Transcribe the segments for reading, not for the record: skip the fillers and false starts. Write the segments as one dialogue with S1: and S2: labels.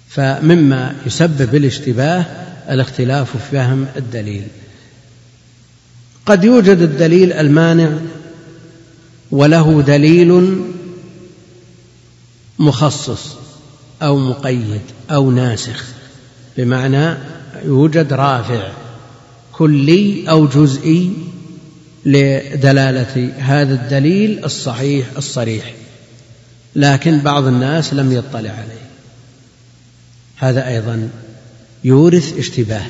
S1: فمما يسبب الاشتباه الاختلاف في فهم الدليل. قد يوجد الدليل المانع وله دليل مخصص أو مقيد أو ناسخ، بمعنى يوجد رافع كلي أو جزئي لدلالة هذا الدليل الصحيح الصريح، لكن بعض الناس لم يطلع عليه، هذا أيضا يورث اشتباه.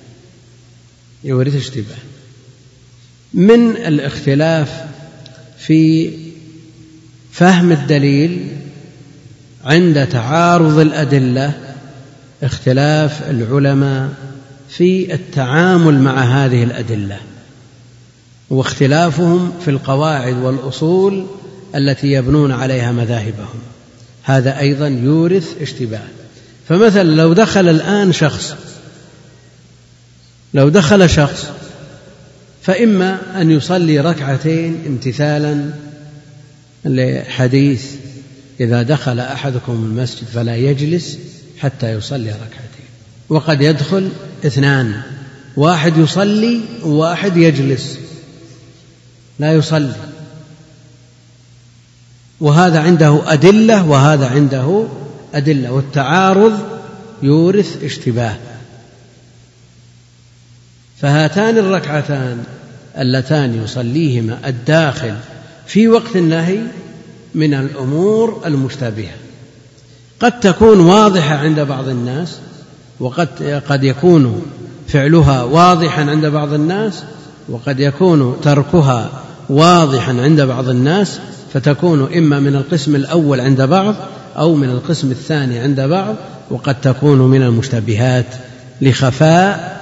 S1: من الاختلاف في فهم الدليل عند تعارض الأدلة اختلاف العلماء في التعامل مع هذه الأدلة، واختلافهم في القواعد والأصول التي يبنون عليها مذاهبهم، هذا أيضا يورث اشتباه. فمثلا لو دخل الآن شخص فإما أن يصلي ركعتين امتثالا لحديث إذا دخل أحدكم المسجد فلا يجلس حتى يصلي ركعتين، وقد يدخل اثنان، واحد يصلي وواحد يجلس لا يصلي، وهذا عنده أدلة وهذا عنده أدلة، والتعارض يورث اشتباه. فهاتان الركعتان اللتان يصليهما الداخل في وقت النهي من الأمور المشتبهة، قد تكون واضحة عند بعض الناس، وقد يكون فعلها واضحا عند بعض الناس، وقد يكون تركها واضحا عند بعض الناس، فتكون إما من القسم الأول عند بعض أو من القسم الثاني عند بعض، وقد تكون من المشتبهات لخفاء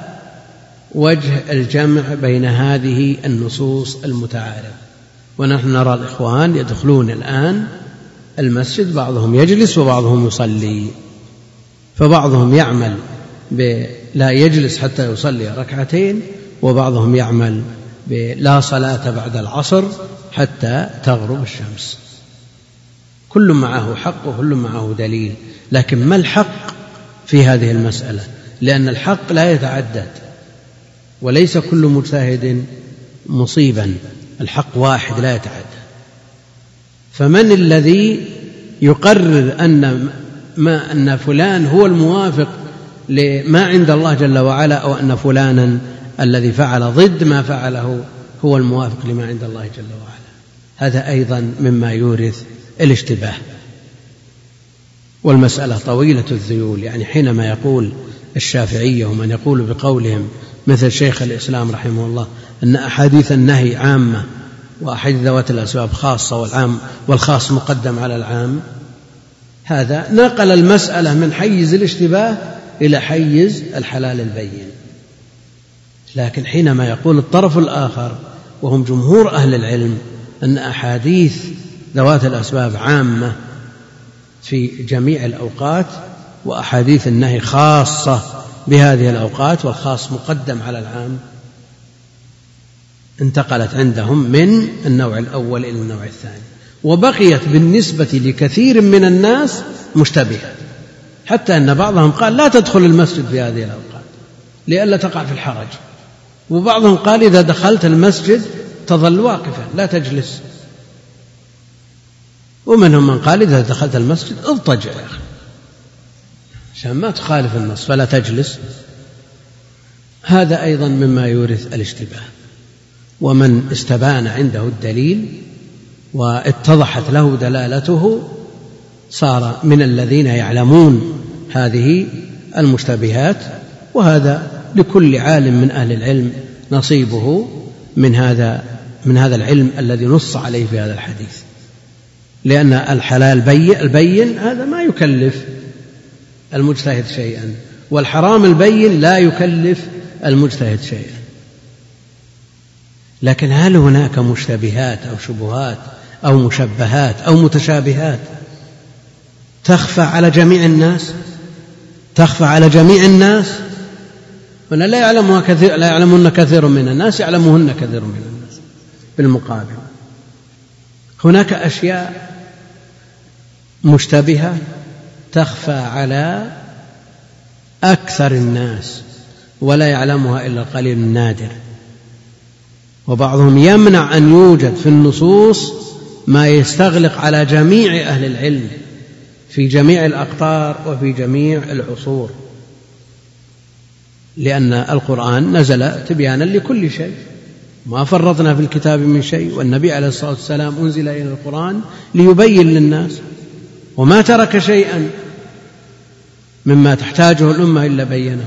S1: وجه الجمع بين هذه النصوص المتعارضة. ونحن نرى الإخوان يدخلون الآن المسجد، بعضهم يجلس وبعضهم يصلي، فبعضهم يعمل لا يجلس حتى يصلي ركعتين، وبعضهم يعمل لا صلاة بعد العصر حتى تغرب الشمس. كل معه حق وكل معه دليل، لكن ما الحق في هذه المسألة؟ لأن الحق لا يتعدد، وليس كل مجتهد مصيبا، الحق واحد لا يتعدد. فمن الذي يقرر أن فلان هو الموافق لما عند الله جل وعلا، أو أن فلانا الذي فعل ضد ما فعله هو الموافق لما عند الله جل وعلا؟ هذا أيضا مما يورث الاشتباه. والمسألة طويلة الذيول، يعني حينما يقول الشافعية ومن يقول بقولهم مثل شيخ الإسلام رحمه الله أن أحاديث النهي عامة وأحاديث ذوات الأسباب خاصة والخاص مقدم على العام، هذا نقل المسألة من حيز الاشتباه إلى حيز الحلال البين. لكن حينما يقول الطرف الآخر وهم جمهور أهل العلم أن أحاديث ذوات الأسباب عامة في جميع الأوقات، وأحاديث النهي خاصة بهذه الأوقات والخاص مقدم على العام، انتقلت عندهم من النوع الأول إلى النوع الثاني، وبقيت بالنسبة لكثير من الناس مشتبهة، حتى أن بعضهم قال لا تدخل المسجد في هذه الأوقات لئلا تقع في الحرج، وبعضهم قال إذا دخلت المسجد تظل واقفا لا تجلس، ومنهم من قال إذا دخلت المسجد اضطجع يا أخي عشان ما تخالف النص فلا تجلس. هذا أيضا مما يورث الاشتباه. ومن استبان عنده الدليل واتضحت له دلالته صار من الذين يعلمون هذه المشتبهات، وهذا لكل عالم من أهل العلم نصيبه من هذا العلم الذي نص عليه في هذا الحديث، لأن الحلال البين هذا ما يكلف المجتهد شيئا، والحرام البين لا يكلف المجتهد شيئا. لكن هل هناك مشتبهات أو شبهات أو مشبهات أو متشابهات تخفى على جميع الناس؟ ولا لا يعلمون كثير من الناس، يعلمهن كثير من الناس. بالمقابل هناك أشياء مشتبهة تخفى على أكثر الناس ولا يعلمها إلا القليل النادر. وبعضهم يمنع أن يوجد في النصوص ما يستغلق على جميع أهل العلم في جميع الأقطار وفي جميع العصور، لأن القرآن نزل تبيانا لكل شيء، ما فرطنا في الكتاب من شيء، والنبي عليه الصلاة والسلام أنزل إلى القرآن ليبين للناس، وما ترك شيئا مما تحتاجه الأمة إلا بينه.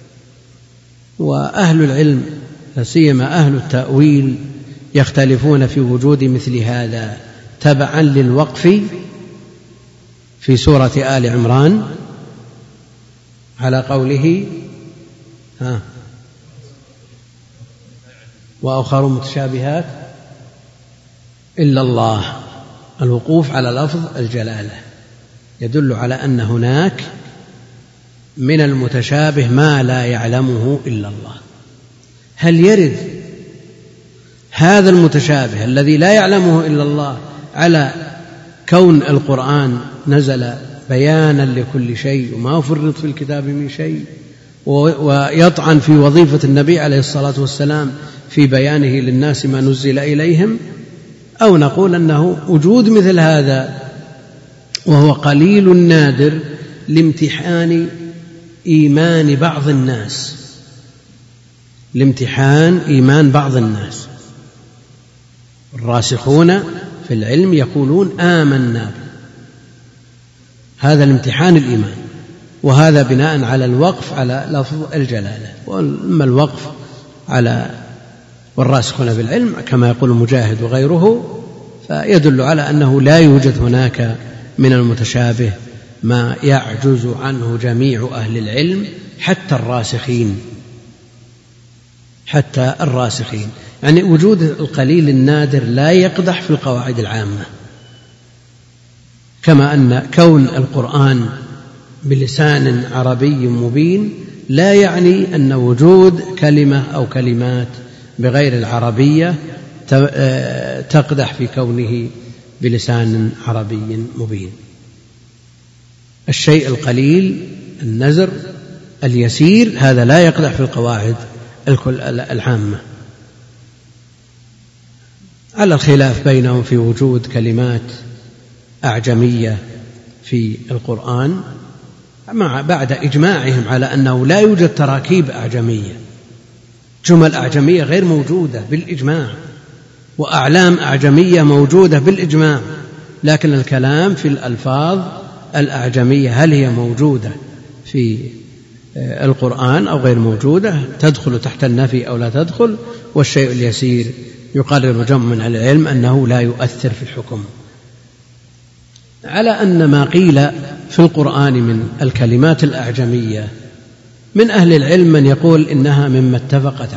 S1: وأهل العلم لا سيما أهل التأويل يختلفون في وجود مثل هذا تبعا للوقف في سورة آل عمران على قوله وآخر متشابهات إلا الله. الوقوف على لفظ الجلالة يدل على أن هناك من المتشابه ما لا يعلمه إلا الله. هل يرد هذا المتشابه الذي لا يعلمه إلا الله على كون القرآن نزل بيانا لكل شيء وما فرط في الكتاب من شيء، ويطعن في وظيفة النبي عليه الصلاة والسلام في بيانه للناس ما نزل إليهم؟ أو نقول أنه وجود مثل هذا وهو قليل نادر لامتحان إيمان بعض الناس، لامتحان إيمان بعض الناس. الراسخون في العلم يقولون آمنا به، هذا الامتحان الإيمان، وهذا بناء على الوقف على لفظ الجلالة. وأما الوقف على والراسخون في العلم كما يقول مجاهد وغيره فيدل على أنه لا يوجد هناك من المتشابه ما يعجز عنه جميع أهل العلم حتى الراسخين. يعني وجود القليل النادر لا يقدح في القواعد العامة، كما أن كون القرآن بلسان عربي مبين لا يعني أن وجود كلمة أو كلمات بغير العربية تقدح في كونه بلسان عربي مبين. الشيء القليل النزر اليسير هذا لا يقدح في القواعد العامة، على الخلاف بينهم في وجود كلمات أعجمية في القرآن بعد إجماعهم على أنه لا يوجد تراكيب أعجمية، جمل أعجمية غير موجودة بالإجماع، وأعلام أعجمية موجودة بالإجماع، لكن الكلام في الألفاظ الأعجمية هل هي موجودة في القرآن أو غير موجودة، تدخل تحت النفي أو لا تدخل. والشيء اليسير يقرر جمع من العلم أنه لا يؤثر في الحكم، على أن ما قيل في القرآن من الكلمات الأعجمية من أهل العلم من يقول إنها مما اتفقت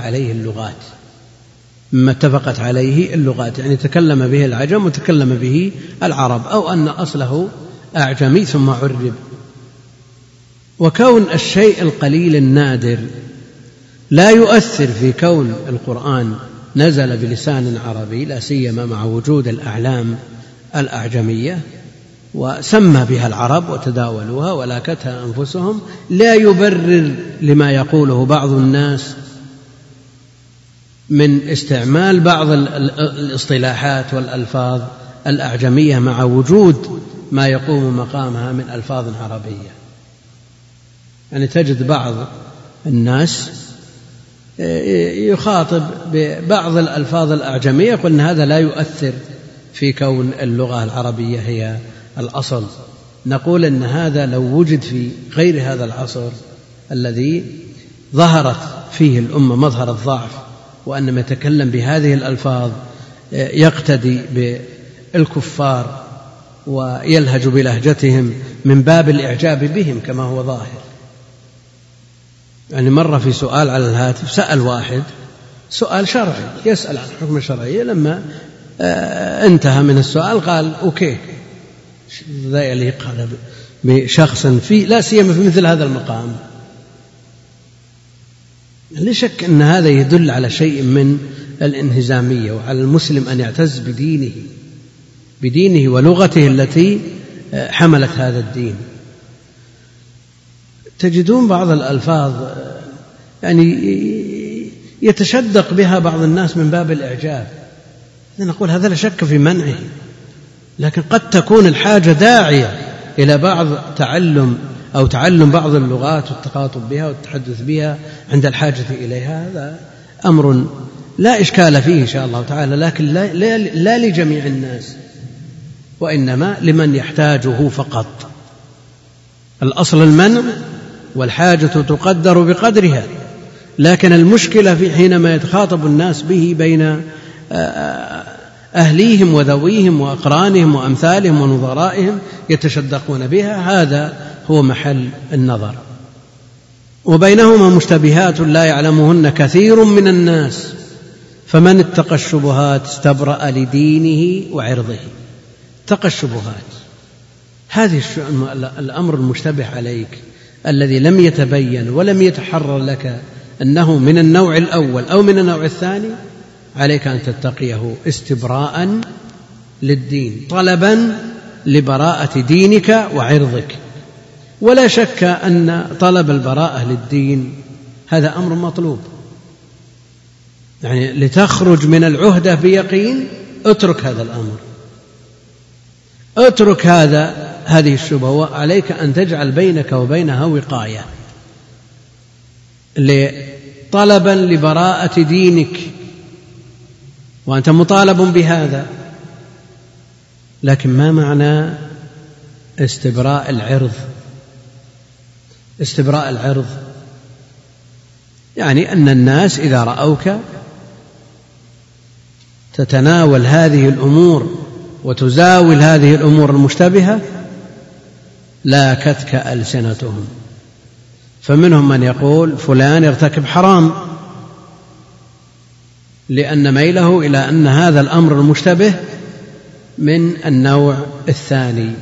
S1: عليه اللغات، يعني تكلم به العجم وتكلم به العرب، أو أن أصله أعجمي ثم عرب. وكون الشيء القليل النادر لا يؤثر في كون القرآن نزل بلسان عربي، لا سيما مع وجود الأعلام الأعجمية وسمى بها العرب وتداولوها ولاكتها أنفسهم، لا يبرر لما يقوله بعض الناس من استعمال بعض الاصطلاحات والألفاظ الأعجمية مع وجود ما يقوم مقامها من ألفاظ عربية. يعني تجد بعض الناس يخاطب ببعض الألفاظ الأعجمية يقول أن هذا لا يؤثر في كون اللغة العربية هي الأصل. نقول أن هذا لو وجد في غير هذا العصر الذي ظهرت فيه الأمة مظهر الضعف، وأنما يتكلم بهذه الألفاظ يقتدي بالكفار ويلهج بلهجتهم من باب الإعجاب بهم كما هو ظاهر. يعني مرة في سؤال على الهاتف سأل واحد سؤال شرعي، يسأل عن حكم الشرعي، لما انتهى من السؤال قال أوكي، لا يليق هذا بشخص في لا سيما في مثل هذا المقام. لا شك أن هذا يدل على شيء من الانهزامية، وعلى المسلم أن يعتز بدينه ولغته التي حملت هذا الدين. تجدون بعض الألفاظ يعني يتشدق بها بعض الناس من باب الإعجاب، نقول هذا لا شك في منعه، لكن قد تكون الحاجة داعية إلى بعض تعلم بعض اللغات والتخاطب بها والتحدث بها عند الحاجة إليها. هذا أمر لا إشكال فيه إن شاء الله تعالى، لكن لا لجميع الناس، وإنما لمن يحتاجه فقط. الأصل المنع، والحاجة تقدر بقدرها، لكن المشكلة في حينما يتخاطب الناس به بين أهليهم وذويهم وأقرانهم وأمثالهم ونظرائهم يتشدقون بها، هذا هو محل النظر. وبينهما مشتبهات لا يعلمهن كثير من الناس، فمن اتقى الشبهات استبرأ لدينه وعرضه. اتقى الشبهات، هذه الأمر المشتبه عليك الذي لم يتبين ولم يتحرر لك أنه من النوع الأول أو من النوع الثاني، عليك أن تتقيه استبراء للدين، طلبا لبراءة دينك وعرضك. ولا شك أن طلب البراءة للدين هذا أمر مطلوب، يعني لتخرج من العهدة بيقين اترك هذا الأمر، اترك هذه الشبهة، وعليك أن تجعل بينك وبينها وقاية طلبا لبراءة دينك، وأنت مطالب بهذا. لكن ما معنى استبراء العرض؟ استبراء العرض يعني أن الناس إذا رأوك تتناول هذه الأمور وتزاول هذه الأمور المشتبهة لاكتك ألسنتهم، فمنهم من يقول فلان يرتكب حرام لأن ميله إلى أن هذا الأمر المشتبه من النوع الثاني،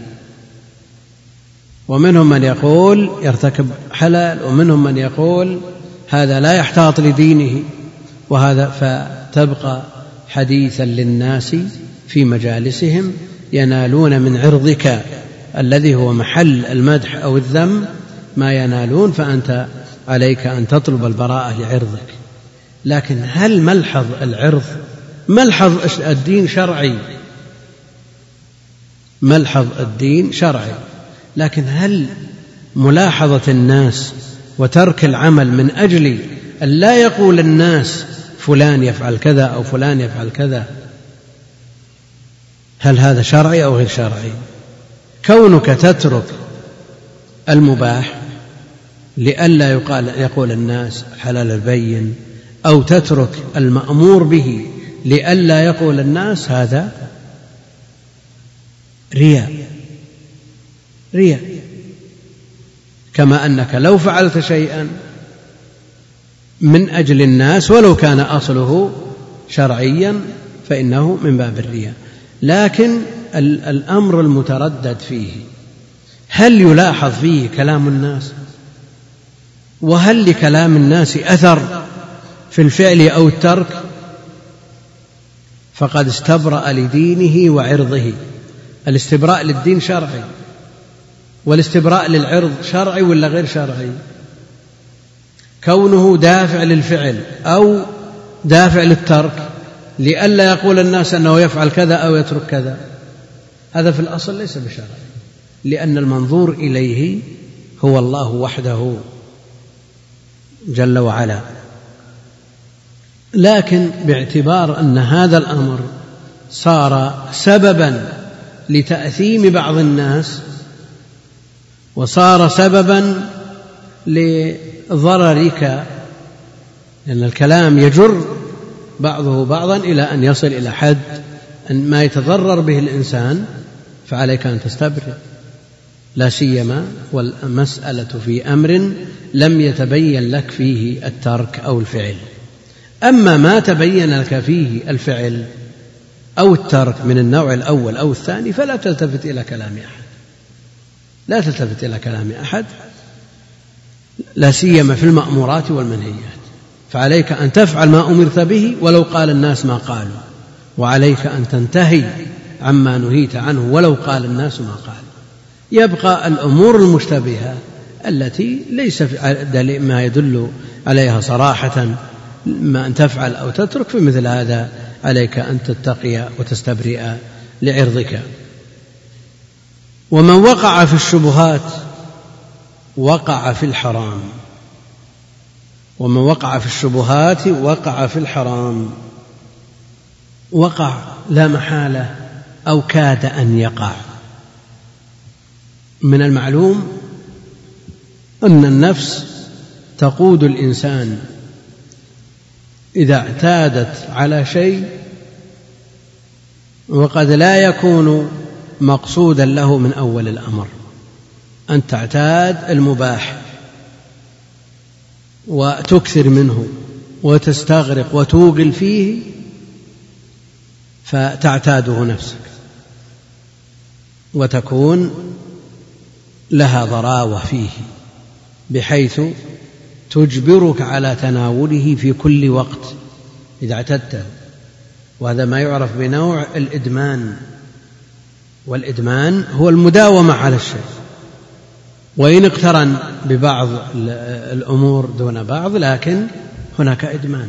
S1: ومنهم من يقول يرتكب حلال، ومنهم من يقول هذا لا يحتاط لدينه، وهذا فتبقى حديثا للناس في مجالسهم، ينالون من عرضك الذي هو محل المدح أو الذم ما ينالون، فأنت عليك أن تطلب البراءة لعرضك. لكن هل ملحظ العرض ملحظ الدين شرعي؟ ملحظ الدين شرعي، لكن هل ملاحظة الناس وترك العمل من أجل أن لا يقول الناس فلان يفعل كذا أو فلان يفعل كذا، هل هذا شرعي أو غير شرعي؟ كونك تترك المباح لئلا يقول الناس حلال البين، أو تترك المأمور به لئلا يقول الناس، هذا رياء، كما أنك لو فعلت شيئا من أجل الناس ولو كان أصله شرعيا فإنه من باب الرياء. لكن الأمر المتردد فيه هل يلاحظ فيه كلام الناس؟ وهل لكلام الناس أثر في الفعل أو الترك؟ فقد استبرأ لدينه وعرضه. الاستبراء للدين شرعي، والاستبراء للعرض شرعي ولا غير شرعي؟ كونه دافع للفعل أو دافع للترك لئلا يقول الناس أنه يفعل كذا أو يترك كذا، هذا في الأصل ليس بشرعي، لأن المنظور إليه هو الله وحده جل وعلا. لكن باعتبار أن هذا الأمر صار سببا لتأثيم بعض الناس وصار سببا لضررك، لأن الكلام يجر بعضه بعضا إلى أن يصل إلى حد أن ما يتضرر به الإنسان، فعليك أن تستبرئ، لا سيما والمسألة في أمر لم يتبين لك فيه الترك أو الفعل. أما ما تبين لك فيه الفعل أو الترك من النوع الأول أو الثاني فلا تلتفت إلى كلام أحد، لا تلتفت إلى كلام أحد، لا سيما في المأمورات والمنهيات، فعليك أن تفعل ما أمرت به ولو قال الناس ما قالوا، وعليك أن تنتهي عما نهيت عنه ولو قال الناس ما قالوا. يبقى الأمور المشتبهة التي ليس ما يدل عليها صراحة ما أن تفعل أو تترك، في مثل هذا عليك أن تتقي وتستبرئ لعرضك. ومن وقع في الشبهات وقع في الحرام، ومن وقع في الشبهات وقع في الحرام. وقع لا محالة أو كاد أن يقع. من المعلوم أن النفس تقود الإنسان إذا اعتادت على شيء وقد لا يكون مقصودا له من أول الأمر، أن تعتاد المباح وتكثر منه وتستغرق وتوغل فيه فتعتاده نفسك وتكون لها ضراوة فيه بحيث تجبرك على تناوله في كل وقت إذا اعتدته. وهذا ما يعرف بنوع الإدمان، والإدمان هو المداومة على الشيء، وإن اقترن ببعض الأمور دون بعض، لكن هناك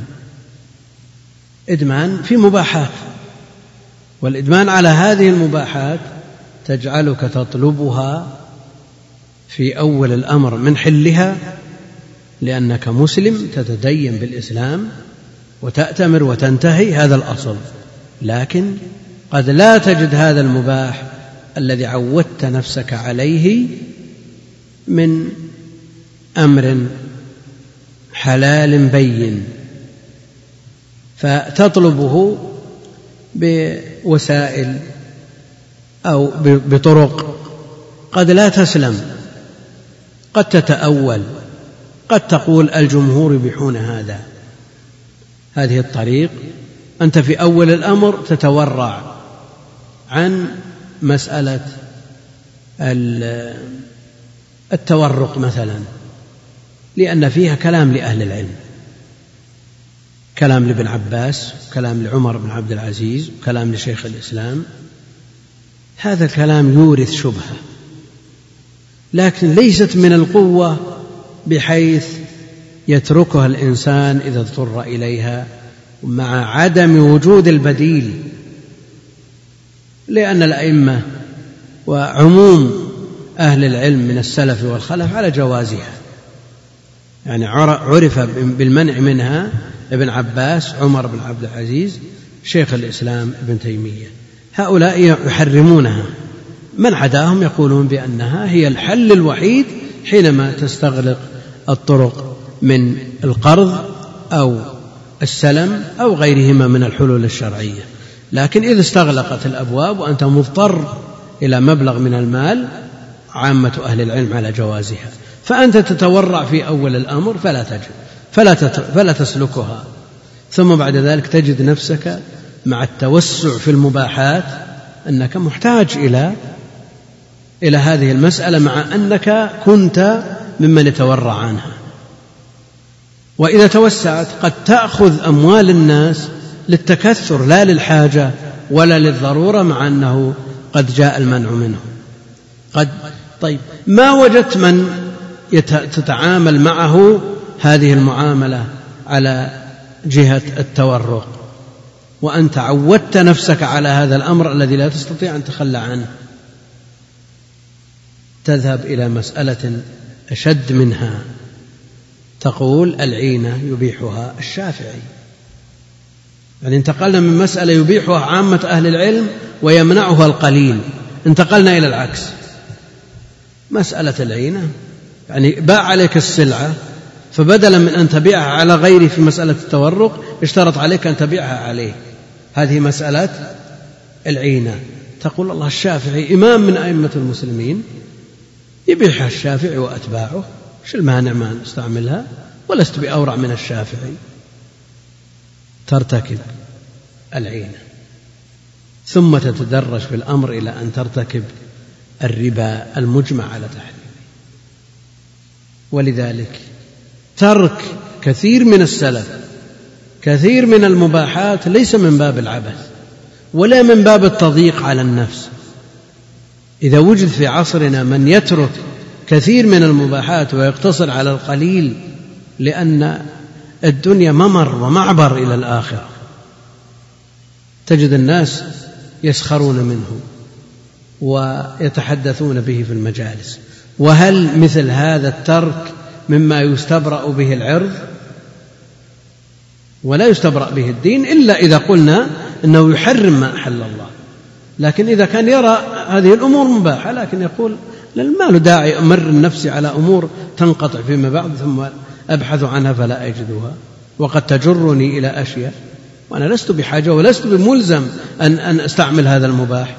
S1: إدمان في مباحات، والإدمان على هذه المباحات تجعلك تطلبها في أول الأمر من حلها، لأنك مسلم تتدين بالإسلام وتأتمر وتنتهي، هذا الأصل. لكن قد لا تجد هذا المباح الذي عودت نفسك عليه من أمر حلال بين، فتطلبه بوسائل أو بطرق قد لا تسلم، قد تتأول، قد تقول الجمهور يبيحون هذا. هذه الطريق أنت في أول الأمر تتورع عن مسألة التورق مثلا، لأن فيها كلام لأهل العلم، كلام لابن عباس، كلام لعمر بن عبد العزيز، كلام لشيخ الإسلام. هذا الكلام يورث شبهة، لكن ليست من القوة بحيث يتركها الإنسان إذا اضطر إليها مع عدم وجود البديل، لأن الأئمة وعموم أهل العلم من السلف والخلف على جوازها، يعني عرف بالمنع منها ابن عباس، عمر بن عبد العزيز، شيخ الإسلام ابن تيمية. هؤلاء يحرمونها، من عداهم يقولون بأنها هي الحل الوحيد حينما تستغرق الطرق من القرض أو السلم أو غيرهما من الحلول الشرعية. لكن إذا استغلقت الأبواب وأنت مضطر إلى مبلغ من المال، عامة أهل العلم على جوازها، فأنت تتورع في أول الأمر فلا تسلكها، ثم بعد ذلك تجد نفسك مع التوسع في المباحات أنك محتاج إلى هذه المسألة، مع أنك كنت ممن يتورع عنها. وإذا توسعت قد تأخذ أموال الناس للتكثر لا للحاجة ولا للضرورة، مع أنه قد جاء المنع منه. طيب ما وجدت من تتعامل معه هذه المعاملة على جهة التورق، وأنت عودت نفسك على هذا الأمر الذي لا تستطيع أن تخلى عنه، تذهب إلى مسألة أشد منها، تقول العينة يبيحها الشافعي. يعني انتقلنا من مسألة يبيحها عامة أهل العلم ويمنعها القليل، انتقلنا إلى العكس. مسألة العينة يعني باع عليك السلعة، فبدلا من أن تبيعها على غيره في مسألة التورق اشترط عليك أن تبيعها عليه، هذه مسألة العينة. تقول الله الشافعي إمام من أئمة المسلمين يبيعها الشافعي وأتباعه، شو المانع ما نستعملها؟ ولست بأورع من الشافعي. ترتكب العينة، ثم تتدرج في الأمر إلى أن ترتكب الربا المجمع على تحريمه. ولذلك ترك كثير من السلف كثير من المباحات ليس من باب العبث ولا من باب التضييق على النفس. إذا وجد في عصرنا من يترك كثير من المباحات ويقتصر على القليل، لأن الدنيا ممر ومعبر إلى الآخرة. تجد الناس يسخرون منه ويتحدثون به في المجالس. وهل مثل هذا الترك مما يستبرأ به العرض؟ ولا يستبرأ به الدين إلا إذا قلنا أنه يحرم ما أحل الله. لكن إذا كان يرى هذه الأمور مباحة لكن يقول ما له داعي أمر النفس على أمور تنقطع فيما بعد ثم أبحث عنها فلا أجدها، وقد تجرني إلى أشياء وأنا لست بحاجة ولست بملزم أن أستعمل هذا المباح.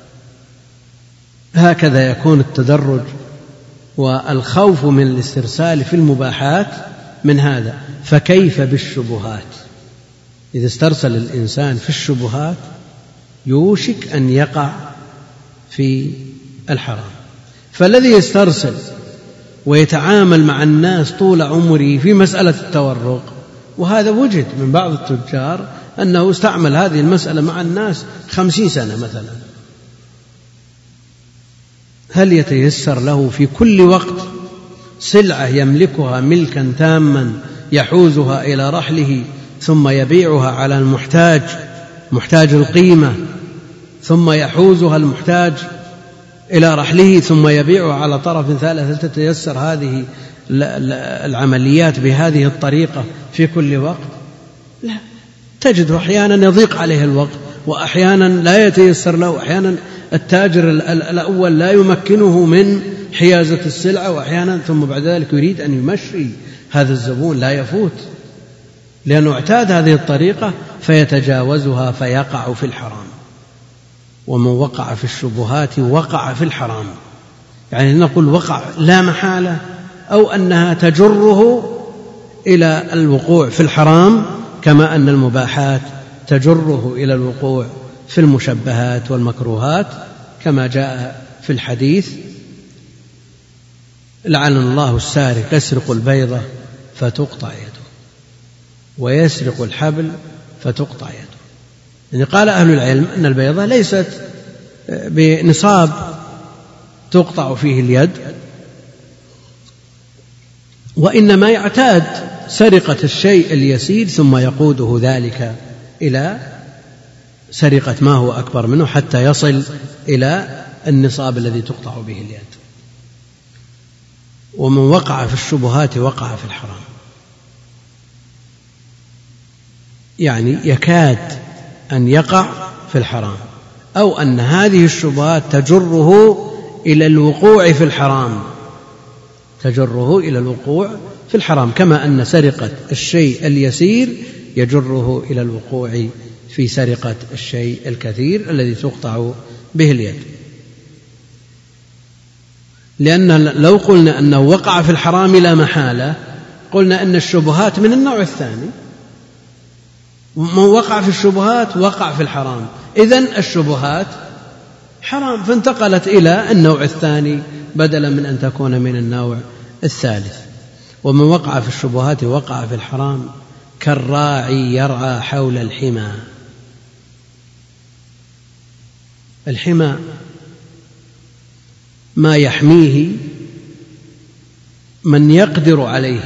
S1: هكذا يكون التدرج والخوف من الاسترسال في المباحات من هذا. فكيف بالشبهات؟ إذا استرسل الإنسان في الشبهات يوشك أن يقع في الحرام. فالذي يسترسل ويتعامل مع الناس طول عمره في مسألة التورق، وهذا وجد من بعض التجار أنه استعمل هذه المسألة مع الناس 50 سنة مثلا، هل يتيسر له في كل وقت سلعة يملكها ملكا تاما يحوزها إلى رحله ثم يبيعها على المحتاج محتاج القيمة، ثم يحوزها المحتاج إلى رحله ثم يبيعها على طرف ثالث؟ هل تتيسر هذه العمليات بهذه الطريقة في كل وقت؟ لا، تجد أحيانا يضيق عليه الوقت وأحيانا لا يتيسر له، أحيانا التاجر الأول لا يمكنه من حيازة السلعة، وأحيانا ثم بعد ذلك يريد أن يمشي هذا الزبون لا يفوت لأنه اعتاد هذه الطريقة فيتجاوزها فيقع في الحرام. ومن وقع في الشبهات وقع في الحرام، يعني نقول وقع لا محالة أو أنها تجره إلى الوقوع في الحرام، كما أن المباحات تجره إلى الوقوع في المشبهات والمكروهات، كما جاء في الحديث: لعن الله السارق يسرق البيضة فتقطع يده ويسرق الحبل فتقطع يده. يعني قال أهل العلم أن البيضة ليست بنصاب تقطع فيه اليد، وإنما يعتاد سرقة الشيء اليسير ثم يقوده ذلك إلى سرقة ما هو أكبر منه حتى يصل إلى النصاب الذي تقطع به اليد. ومن وقع في الشبهات وقع في الحرام، يعني يكاد أن يقع في الحرام، أو أن هذه الشبهات تجره إلى الوقوع في الحرام، تجره إلى الوقوع في الحرام، كما أن سرقة الشيء اليسير يجره إلى الوقوع في سرقة الشيء الكثير الذي تقطع به اليد. لأن لو قلنا أنه وقع في الحرام لا محالة قلنا أن الشبهات من النوع الثاني، من وقع في الشبهات وقع في الحرام، إذن الشبهات حرام، فانتقلت إلى النوع الثاني بدلا من أن تكون من النوع الثالث. ومن وقع في الشبهات وقع في الحرام كالراعي يرعى حول الحمى. الحمى ما يحميه من يقدر عليه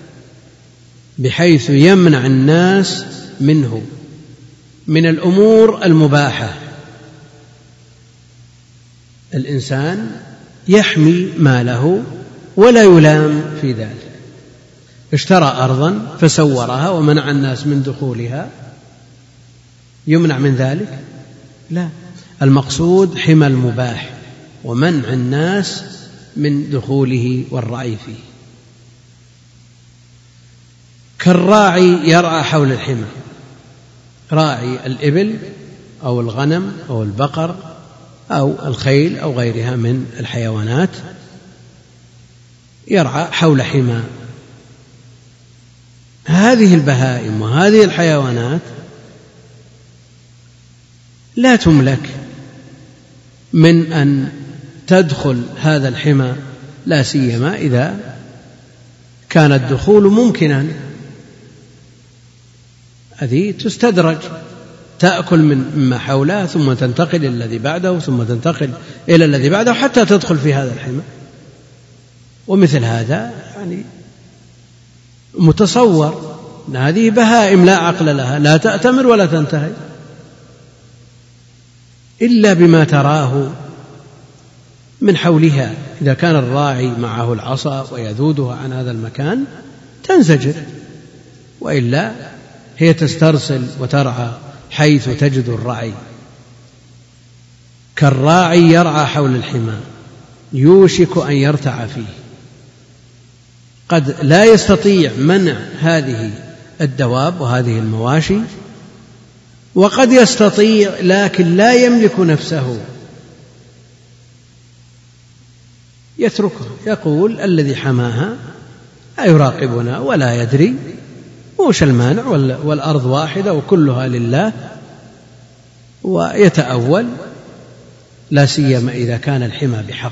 S1: بحيث يمنع الناس منه من الأمور المباحة. الإنسان يحمي ماله ولا يلام في ذلك، اشترى أرضا فسورها ومنع الناس من دخولها، يمنع من ذلك؟ لا، المقصود حمى المباح ومنع الناس من دخوله والرعي فيه. كالراعي يرعى حول الحمى، راعي الإبل أو الغنم أو البقر أو الخيل أو غيرها من الحيوانات يرعى حول حمى. هذه البهائم وهذه الحيوانات لا تملك من أن تدخل هذا الحمى، لا سيما إذا كان الدخول ممكنا. هذه تستدرج، تأكل مما حولها ثم تنتقل إلى الذي بعده ثم تنتقل إلى الذي بعده حتى تدخل في هذا الحمى. ومثل هذا يعني متصور أن هذه بهائم لا عقل لها، لا تأتمر ولا تنتهي إلا بما تراه من حولها. إذا كان الراعي معه العصا ويذودها عن هذا المكان تنزجر، وإلا هي تسترسل وترعى حيث تجد الرعي. كالراعي يرعى حول الحمى يوشك أن يرتع فيه، قد لا يستطيع منع هذه الدواب وهذه المواشي، وقد يستطيع لكن لا يملك نفسه، يتركها، يقول الذي حماها أيراقبنا ولا يدري، وش المانع، والأرض واحدة وكلها لله، ويتأول، لا سيما إذا كان الحمى بحق،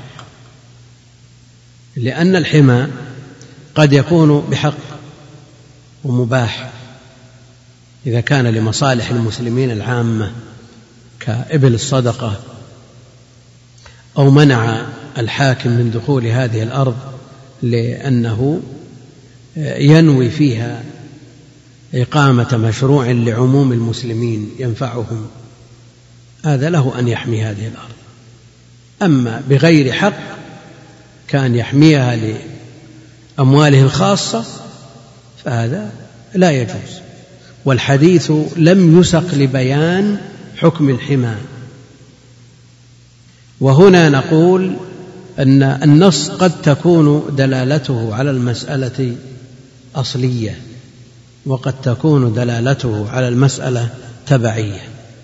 S1: لأن الحمى قد يكون بحق ومباح إذا كان لمصالح المسلمين العامة كإبل الصدقة، أو منع الحاكم من دخول هذه الأرض لأنه ينوي فيها إقامة مشروع لعموم المسلمين ينفعهم، هذا له أن يحمي هذه الأرض. أما بغير حق كان يحميها لأمواله الخاصة فهذا لا يجوز. والحديث لم يسق لبيان حكم الحمى. وهنا نقول أن النص قد تكون دلالته على المسألة أصلية، وقد تكون دلالته على المسألة تبعية،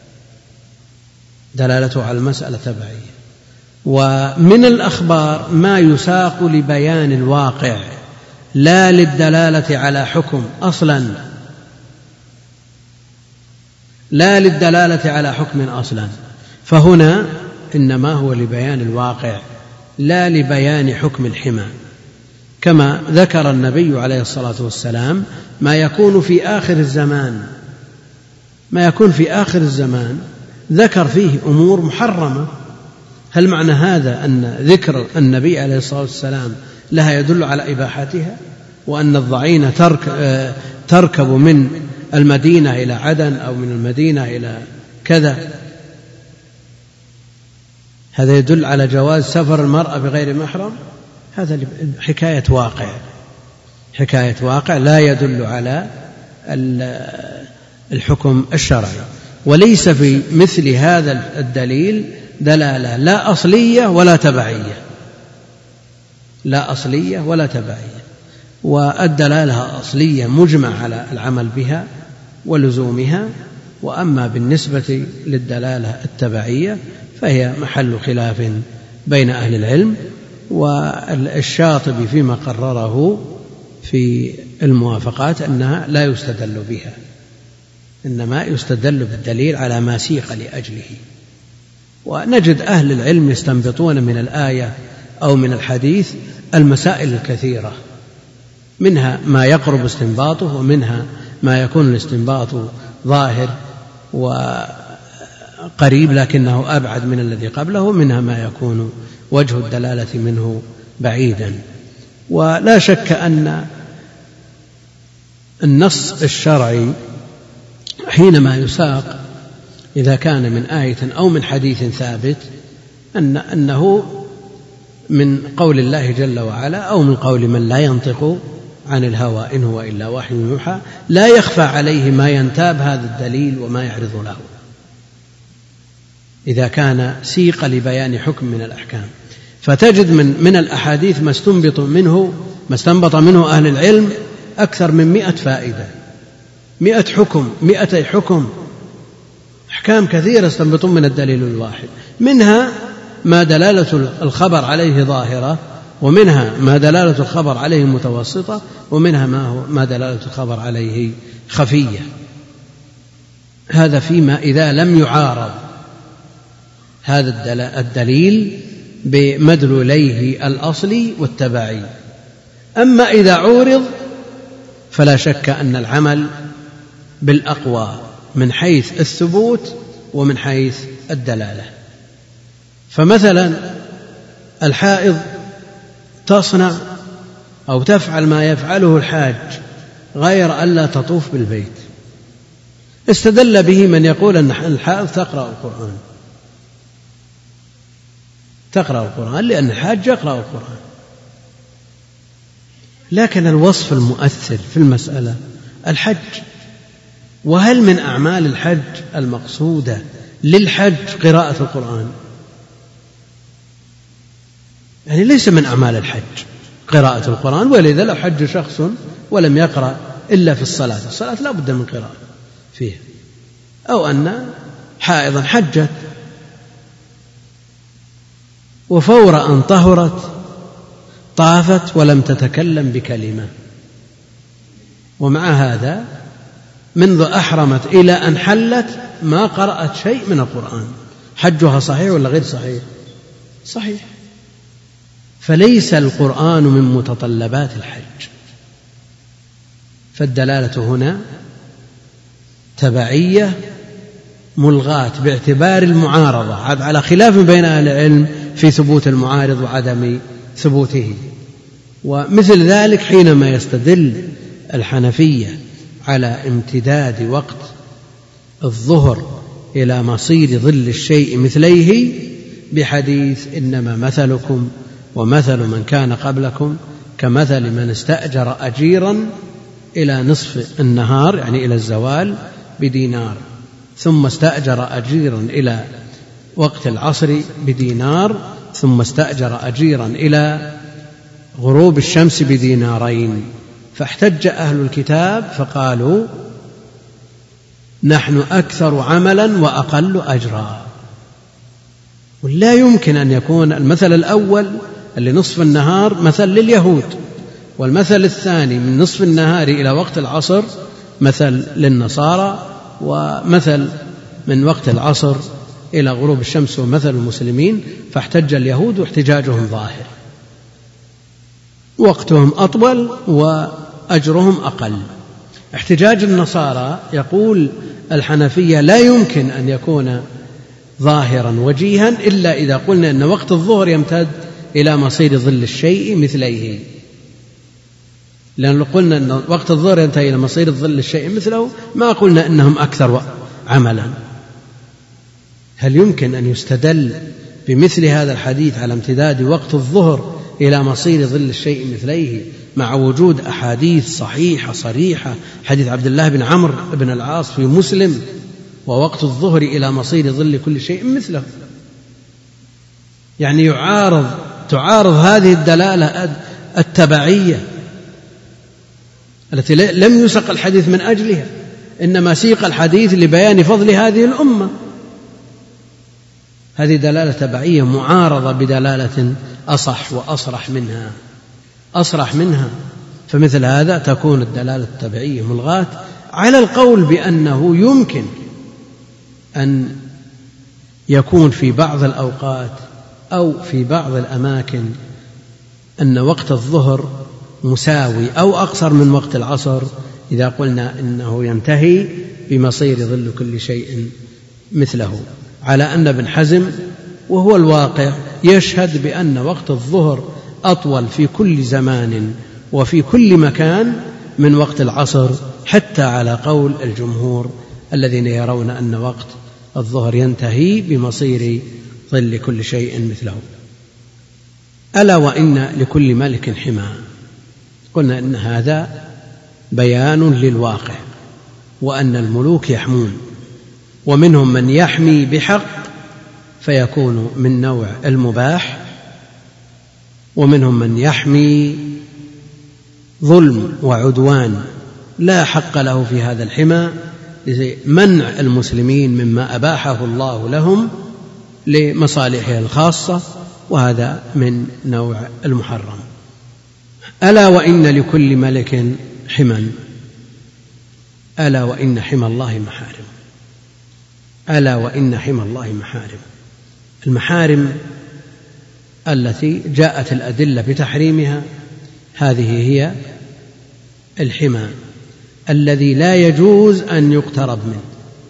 S1: دلالته على المسألة تبعية. ومن الأخبار ما يساق لبيان الواقع لا للدلالة على حكم أصلا، لا للدلالة على حكم أصلا، فهنا إنما هو لبيان الواقع لا لبيان حكم الحمى. كما ذكر النبي عليه الصلاة والسلام ما يكون في آخر الزمان، ما يكون في آخر الزمان ذكر فيه أمور محرمة. هل معنى هذا أن ذكر النبي عليه الصلاة والسلام لها يدل على إباحتها، وأن الضعينة تركب من المدينة إلى عدن أو من المدينة إلى كذا؟ هذا يدل على جواز سفر المرأة بغير محرم؟ هذا حكاية واقع، حكاية واقع لا يدل على الحكم الشرعي. وليس في مثل هذا الدليل دلالة لا أصلية ولا تبعية، لا أصلية ولا تبعية. والدلالة أصلية مجمع على العمل بها ولزومها، وأما بالنسبة للدلالة التبعية فهي محل خلاف بين أهل العلم. والشاطبي فيما قرره في الموافقات أنها لا يستدل بها، إنما يستدل بالدليل على ما سيق لأجله. ونجد أهل العلم يستنبطون من الآية أو من الحديث المسائل الكثيرة، منها ما يقرب استنباطه، ومنها ما يكون الاستنباط ظاهر وقريب لكنه أبعد من الذي قبله، ومنها ما يكون وجه الدلالة منه بعيدا. ولا شك أن النص الشرعي حينما يساق إذا كان من آية أو من حديث ثابت أنه من قول الله جل وعلا أو من قول من لا ينطق عن الهوى إن هو إلا وحي يوحى، لا يخفى عليه ما ينتاب هذا الدليل وما يعرض له، إذا كان سيق لبيان حكم من الأحكام. فتجد من الأحاديث ما استنبط منه أهل العلم أكثر من 100 فائدة، 100 حكم، 200 حكم، أحكام كثيرة استنبطون من الدليل الواحد، منها ما دلالة الخبر عليه ظاهرة، ومنها ما دلالة الخبر عليه متوسطة، ومنها ما دلالة الخبر عليه خفية. هذا فيما إذا لم يعارض هذا الدليل بمدلوليه الأصلي والتبعي. أما إذا عورض فلا شك أن العمل بالأقوى من حيث الثبوت ومن حيث الدلالة. فمثلا الحائض تصنع أو تفعل ما يفعله الحاج غير ألا تطوف بالبيت. استدل به من يقول أن الحائض تقرأ القرآن لأن الحاج يقرأ القرآن. لكن الوصف المؤثر في المسألة الحج. وهل من أعمال الحج المقصودة للحج قراءة القرآن؟ يعني ليس من أعمال الحج قراءة القرآن، ولذا لو حج شخص ولم يقرأ إلا في الصلاة لا بد من قراءة فيها، أو أن حائضا حجت وفور أن طهرت طافت ولم تتكلم بكلمة، ومع هذا منذ أحرمت إلى أن حلت ما قرأت شيء من القرآن، حجها صحيح ولا غير صحيح؟ صحيح. فليس القرآن من متطلبات الحج، فالدلالة هنا تبعية ملغاة باعتبار المعارضة، على خلاف بين أهل العلم في ثبوت المعارض وعدم ثبوته. ومثل ذلك حينما يستدل الحنفية على امتداد وقت الظهر إلى مصير ظل الشيء مثليه بحديث إنما مثلكم ومثل من كان قبلكم كمثل من استأجر أجيرا إلى نصف النهار، يعني إلى الزوال، بدينار، ثم استأجر أجيرا إلى وقت العصر بدينار، ثم استأجر أجيرا إلى غروب الشمس بدينارين. فاحتج أهل الكتاب فقالوا نحن أكثر عملا وأقل أجرا. ولا يمكن أن يكون المثل الأول اللي نصف النهار مثل لليهود، والمثل الثاني من نصف النهار إلى وقت العصر مثل للنصارى، ومثل من وقت العصر إلى غروب الشمس ومثل المسلمين. فاحتج اليهود واحتجاجهم ظاهر، وقتهم أطول وأجرهم أقل. احتجاج النصارى يقول الحنفية لا يمكن أن يكون ظاهرا وجيها إلا إذا قلنا أن وقت الظهر يمتد إلى مصير ظل الشيء مثليه، لأن لو قلنا أن وقت الظهر ينتهي إلى مصير ظل الشيء مثله ما قلنا أنهم أكثر عملا. هل يمكن أن يستدل بمثل هذا الحديث على امتداد وقت الظهر إلى مصير ظل الشيء مثليه مع وجود أحاديث صحيحة صريحة، حديث عبد الله بن عمرو بن العاص في مسلم ووقت الظهر إلى مصير ظل كل شيء مثله؟ يعني تعارض هذه الدلالة التبعية التي لم يسق الحديث من أجلها، إنما سيق الحديث لبيان فضل هذه الأمة. هذه دلالة تبعية معارضة بدلالة أصح وأصرح منها. فمثل هذا تكون الدلالة التبعية ملغاة على القول بأنه يمكن أن يكون في بعض الأوقات أو في بعض الأماكن أن وقت الظهر مساوي أو أقصر من وقت العصر إذا قلنا إنه ينتهي بمصير ظل كل شيء مثله، على أن ابن حزم وهو الواقع يشهد بأن وقت الظهر أطول في كل زمان وفي كل مكان من وقت العصر، حتى على قول الجمهور الذين يرون أن وقت الظهر ينتهي بمصير ظل كل شيء مثله. ألا وإن لكل ملك حمى، قلنا إن هذا بيان للواقع، وأن الملوك يحمون، ومنهم من يحمي بحق فيكون من نوع المباح، ومنهم من يحمي ظلم وعدوان لا حق له في هذا الحمى لمنع المسلمين مما أباحه الله لهم لمصالحه الخاصة، وهذا من نوع المحرم. ألا وإن لكل ملك حمى، ألا وإن حمى الله محارم، ألا وإن حمى الله محارم. المحارم التي جاءت الأدلة بتحريمها هذه هي الحمى الذي لا يجوز أن يقترب منه،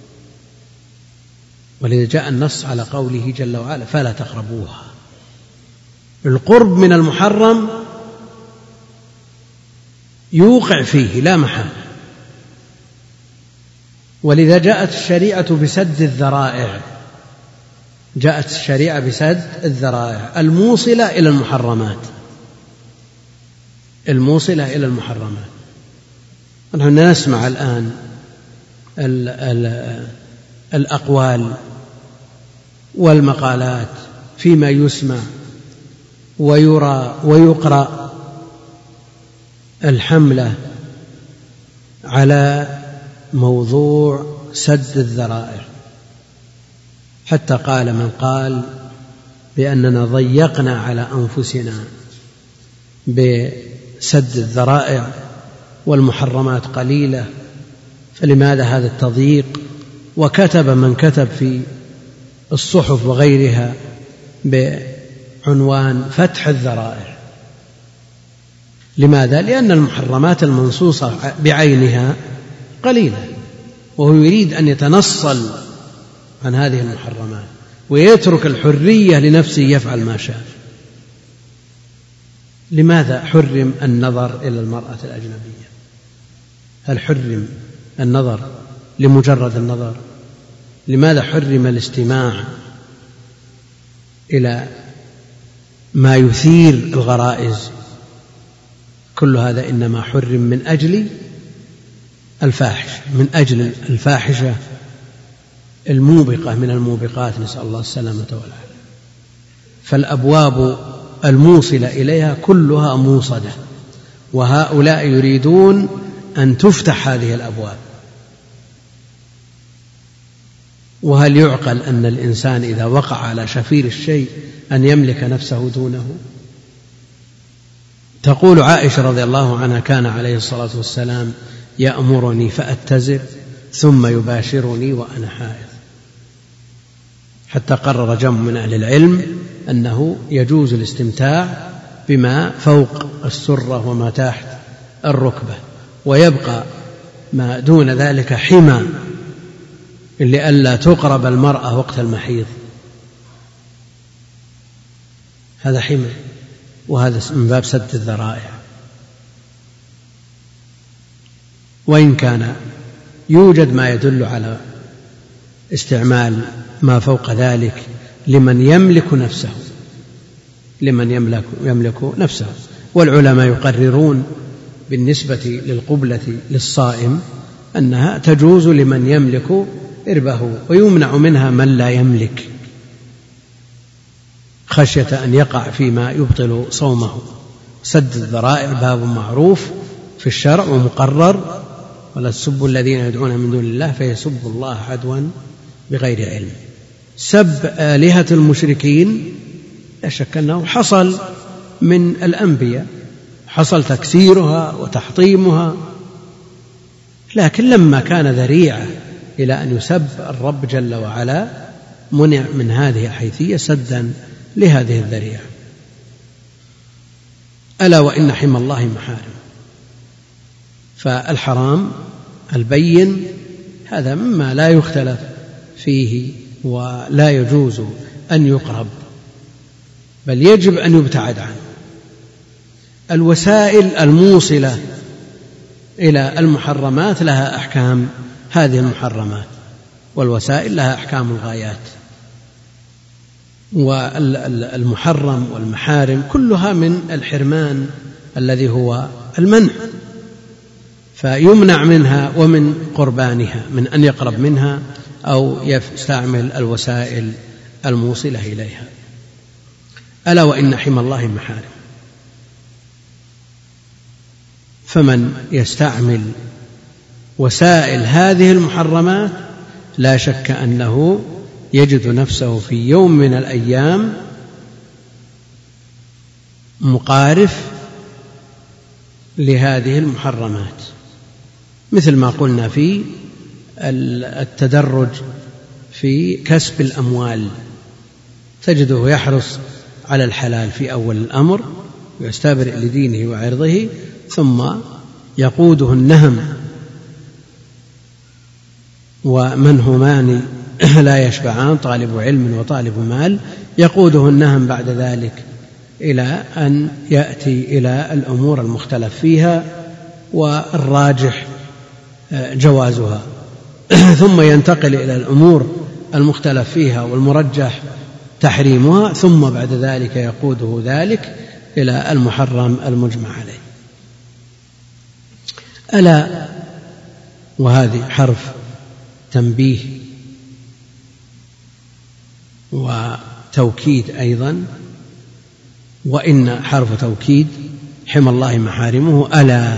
S1: ولذا جاء النص على قوله جل وعلا فلا تقربوها. القرب من المحرم يوقع فيه لا محالة. ولذا جاءت الشريعة بسد الذرائع، جاءت الشريعة بسد الذرائع الموصلة إلى المحرمات، الموصلة إلى المحرمات. نحن نسمع الآن الأقوال والمقالات فيما يسمع ويرى ويقرأ، الحملة على موضوع سد الذرائع، حتى قال من قال بأننا ضيقنا على أنفسنا بسد الذرائع والمحرمات قليلة، فلماذا هذا التضييق؟ وكتب من كتب في الصحف وغيرها بعنوان فتح الذرائع. لماذا؟ لأن المحرمات المنصوصة بعينها قليلة، وهو يريد أن يتنصل عن هذه المحرمات ويترك الحرية لنفسه يفعل ما شاء. لماذا حرم النظر إلى المرأة الأجنبية؟ هل حرم النظر لمجرد النظر؟ لماذا حرم الاستماع إلى ما يثير الغرائز؟ كل هذا إنما حرم من أجل الفاحشة، من أجل الفاحشة الموبقة من الموبقات، نسأل الله السلامة والعافية. فالأبواب الموصلة إليها كلها موصدة، وهؤلاء يريدون أن تفتح هذه الأبواب. وهل يعقل أن الإنسان إذا وقع على شفير الشيء أن يملك نفسه دونه؟ تقول عائشة رضي الله عنها: كان عليه الصلاة والسلام يأمرني فأتزر ثم يباشرني وأنا حائض، حتى قرر جمع من أهل العلم أنه يجوز الاستمتاع بما فوق السرة وما تحت الركبة، ويبقى ما دون ذلك حمى لئلا تقرب المرأة وقت المحيض. هذا حمى، وهذا من باب سد الذرائع. وإن كان يوجد ما يدل على استعمال ما فوق ذلك لمن يملك نفسه، لمن يملك نفسه. والعلماء يقررون بالنسبة للقبلة للصائم أنها تجوز لمن يملك إربه، ويمنع منها من لا يملك خشية أن يقع فيما يبطل صومه. سد الذرائع باب معروف في الشرع ومقرر: ولا تسبوا الذين يدعون من دون الله فيسبوا الله عدوا بغير علم. سب آلهة المشركين لا شك أنه حصل من الأنبياء، حصل تكسيرها وتحطيمها، لكن لما كان ذريعة إلى أن يسب الرب جل وعلا منع من هذه الحيثية سدا لهذه الذريعة. ألا وإن حمى الله محارم. فالحرام البين هذا مما لا يختلف فيه ولا يجوز أن يقرب، بل يجب أن يبتعد عنه. الوسائل الموصلة إلى المحرمات لها أحكام هذه المحرمات، والوسائل لها أحكام الغايات. والمحرم والمحارم كلها من الحرمان الذي هو المنع، فيمنع منها ومن قربانها، من أن يقرب منها أو يستعمل الوسائل الموصلة إليها. ألا وإن حمى الله محارم. فمن يستعمل وسائل هذه المحرمات لا شك أنه يجد نفسه في يوم من الأيام مقارف لهذه المحرمات، مثل ما قلنا في التدرج في كسب الأموال. تجده يحرص على الحلال في أول الأمر ويستبرئ لدينه وعرضه، ثم يقوده النهم، ومن همان لا يشبعان، طالب علم وطالب مال، يقوده النهم بعد ذلك إلى أن يأتي إلى الأمور المختلف فيها والراجح جوازها ثم ينتقل إلى الأمور المختلف فيها والمرجح تحريمها، ثم بعد ذلك يقوده ذلك إلى المحرم المجمع عليه. ألا وهذه حرف تنبيه وتوكيد أيضا، وإن حرف توكيد حمى الله محارمه. ألا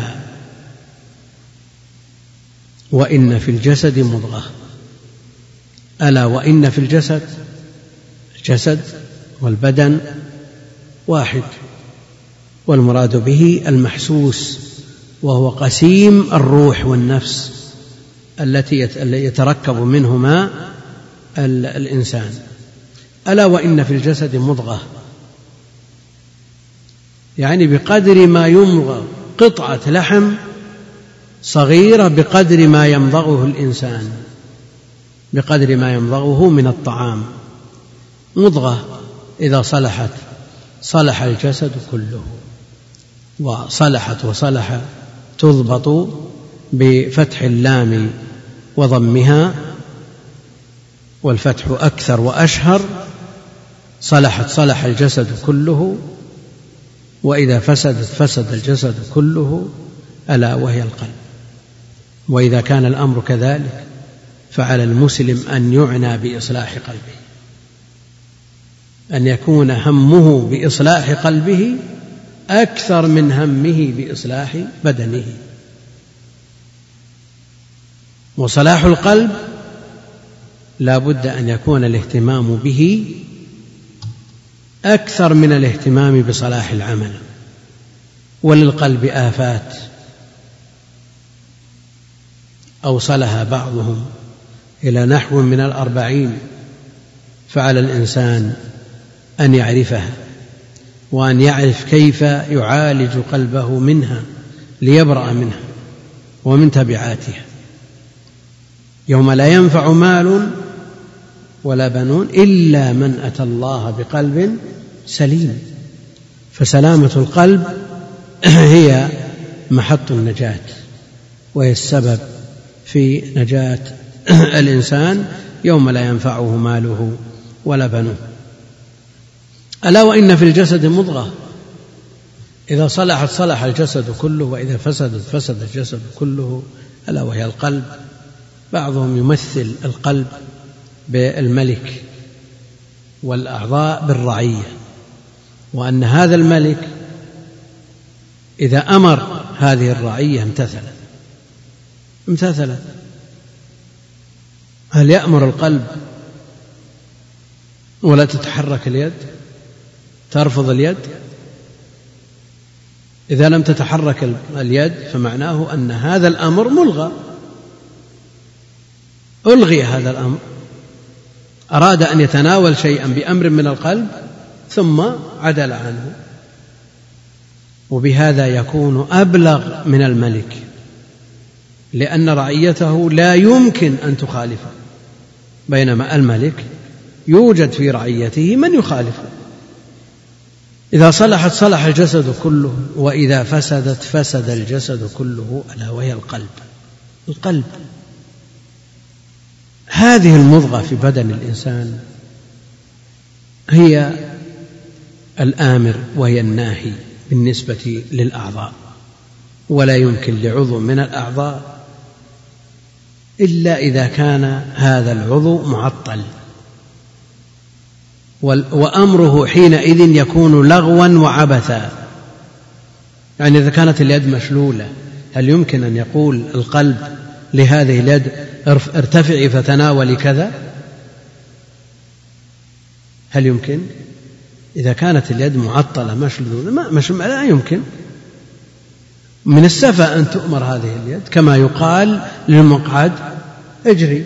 S1: وإن في الجسد مضغة. ألا وإن في الجسد، الجسد والبدن واحد، والمراد به المحسوس، وهو قسيم الروح والنفس التي يتركب منهما الإنسان. ألا وإن في الجسد مضغة، يعني بقدر ما يمضغ قطعة لحم صغيرة، بقدر ما يمضغه الإنسان، بقدر ما يمضغه من الطعام. مضغة إذا صلحت صلح الجسد كله، وصلحت وصلح تضبط بفتح اللام وضمها، والفتح أكثر وأشهر. صلحت صلح الجسد كله، وإذا فسدت فسد الجسد كله، ألا وهي القلب. وإذا كان الأمر كذلك فعلى المسلم أن يعنى بإصلاح قلبه، أن يكون همه بإصلاح قلبه أكثر من همه بإصلاح بدنه. وصلاح القلب لا بد أن يكون الاهتمام به أكثر من الاهتمام بصلاح العمل. وللقلب آفات أوصلها بعضهم إلى نحو من 40، فعلى الإنسان أن يعرفها، وأن يعرف كيف يعالج قلبه منها ليبرأ منها ومن تبعاتها. يوم لا ينفع مال ولا بنون إلا من أتى الله بقلب سليم. فسلامة القلب هي محط النجاة، وهي السبب في نجاة الإنسان يوم لا ينفعه ماله ولا بنوه. ألا وإن في الجسد مضغة، إذا صلحت صلح الجسد كله، وإذا فسدت فسد الجسد كله، ألا وهي القلب. بعضهم يمثل القلب بالملك والأعضاء بالرعية، وأن هذا الملك إذا أمر هذه الرعية امتثلت. هل يأمر القلب ولا تتحرك اليد؟ ترفض اليد؟ إذا لم تتحرك اليد فمعناه أن هذا الأمر ملغى، ألغي هذا الأمر. أراد أن يتناول شيئا بأمر من القلب ثم عدل عنه، وبهذا يكون أبلغ من الملك، لأن رعيته لا يمكن أن تخالفه، بينما الملك يوجد في رعيته من يخالفه. إذا صلحت صلح الجسد كله، وإذا فسدت فسد الجسد كله، ألا وهي القلب. هذه المضغة في بدن الإنسان هي الآمر وهي الناهي بالنسبة للأعضاء، ولا يمكن لعضو من الأعضاء إلا إذا كان هذا العضو معطل، وأمره حينئذ يكون لغوا وعبثا. يعني إذا كانت اليد مشلولة، هل يمكن أن يقول القلب لهذه اليد ارتفعي فتناولي كذا؟ هل يمكن؟ إذا كانت اليد معطلة مشلولة لا يمكن. من السفة أن تؤمر هذه اليد، كما يقال للمقعد اجري.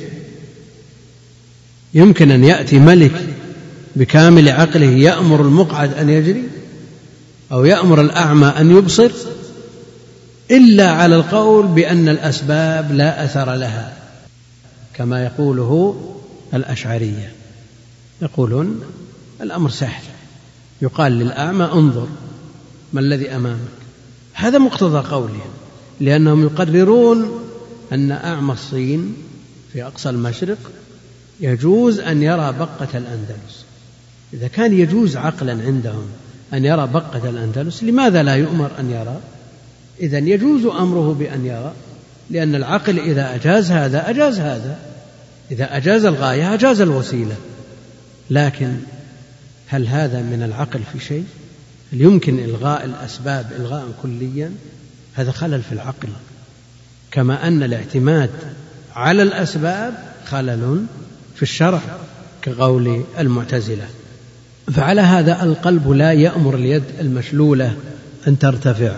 S1: يمكن أن يأتي ملك بكامل عقله يأمر المقعد أن يجري، أو يأمر الأعمى أن يبصر، إلا على القول بأن الأسباب لا أثر لها، كما يقوله الأشعرية، يقولون الأمر سهل، يقال للأعمى انظر ما الذي أمامك، هذا مقتضى قولهم. لأنهم يقررون أن أعمى الصين في أقصى المشرق يجوز أن يرى بقة الأندلس. إذا كان يجوز عقلا عندهم أن يرى بقة الأندلس، لماذا لا يؤمر أن يرى؟ إذن يجوز أمره بأن يرى، لأن العقل إذا أجاز هذا أجاز هذا، إذا أجاز الغاية أجاز الوسيلة. لكن هل هذا من العقل في شيء؟ هل يمكن إلغاء الأسباب إلغاء كليا؟ هذا خلل في العقل، كما أن الاعتماد على الأسباب خلل في الشرع كقول المعتزلة. فعلى هذا القلب لا يأمر اليد المشلولة أن ترتفع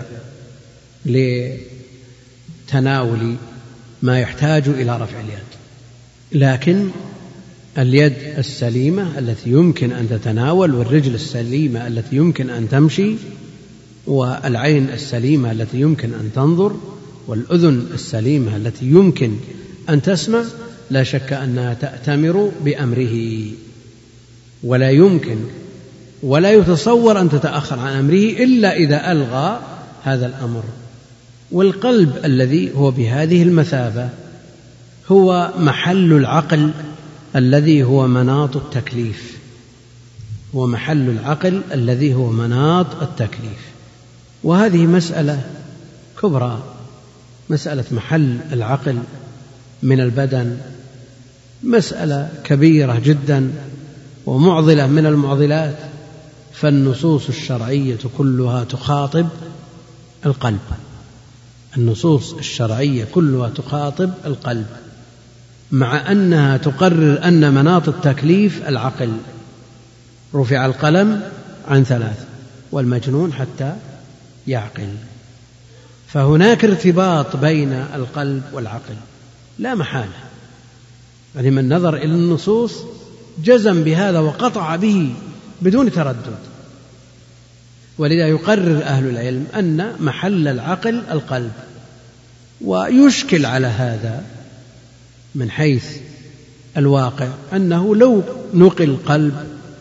S1: لتناول ما يحتاج إلى رفع اليد، لكن اليد السليمة التي يمكن أن تتناول، والرجل السليمة التي يمكن أن تمشي، والعين السليمة التي يمكن أن تنظر، والأذن السليمة التي يمكن أن تسمع، لا شك أنها تأتمر بأمره، ولا يمكن ولا يتصور أن تتأخر عن أمره إلا إذا ألغى هذا الأمر. والقلب الذي هو بهذه المثابة هو محل العقل الذي هو مناط التكليف، هو محل العقل الذي هو مناط التكليف. وهذه مسألة كبرى، مسألة محل العقل من البدن مسألة كبيرة جدا ومعضلة من المعضلات، فالنصوص الشرعية كلها تخاطب القلب، النصوص الشرعية كلها تخاطب القلب، مع أنها تقرر أن مناط التكليف العقل. رفع القلم عن 3 والمجنون حتى يعقل. فهناك ارتباط بين القلب والعقل لا محالة، يعني من نظر إلى النصوص جزم بهذا وقطع به بدون تردد. ولذا يقرر أهل العلم أن محل العقل القلب. ويشكل على هذا من حيث الواقع أنه لو نقل قلب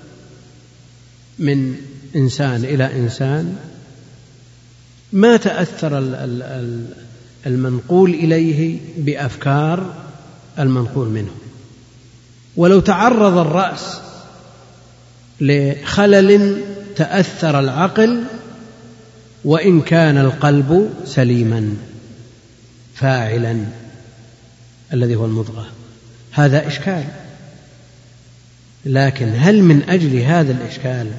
S1: من إنسان إلى إنسان ما تأثر المنقول إليه بأفكار المنقول منه. ولو تعرض الرأس لخلل تأثر العقل وإن كان القلب سليما فاعلا الذي هو المضغة. هذا إشكال، لكن هل من أجل هذا الإشكال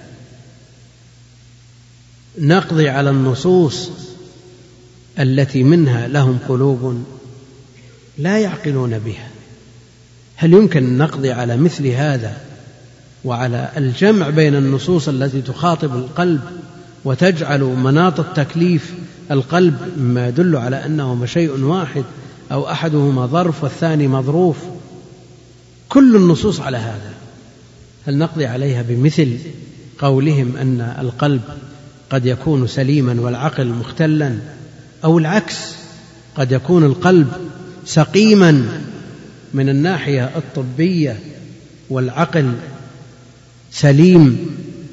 S1: نقضي على النصوص التي منها لهم قلوب لا يعقلون بها؟ هل يمكن أن نقضي على مثل هذا وعلى الجمع بين النصوص التي تخاطب القلب وتجعل مناط التكليف القلب مما يدل على أنهما شيء واحد أو أحدهما ظرف والثاني مظروف؟ كل النصوص على هذا. هل نقضي عليها بمثل قولهم أن القلب قد يكون سليما والعقل مختلا، أو العكس، قد يكون القلب سقيما من الناحية الطبية والعقل سليم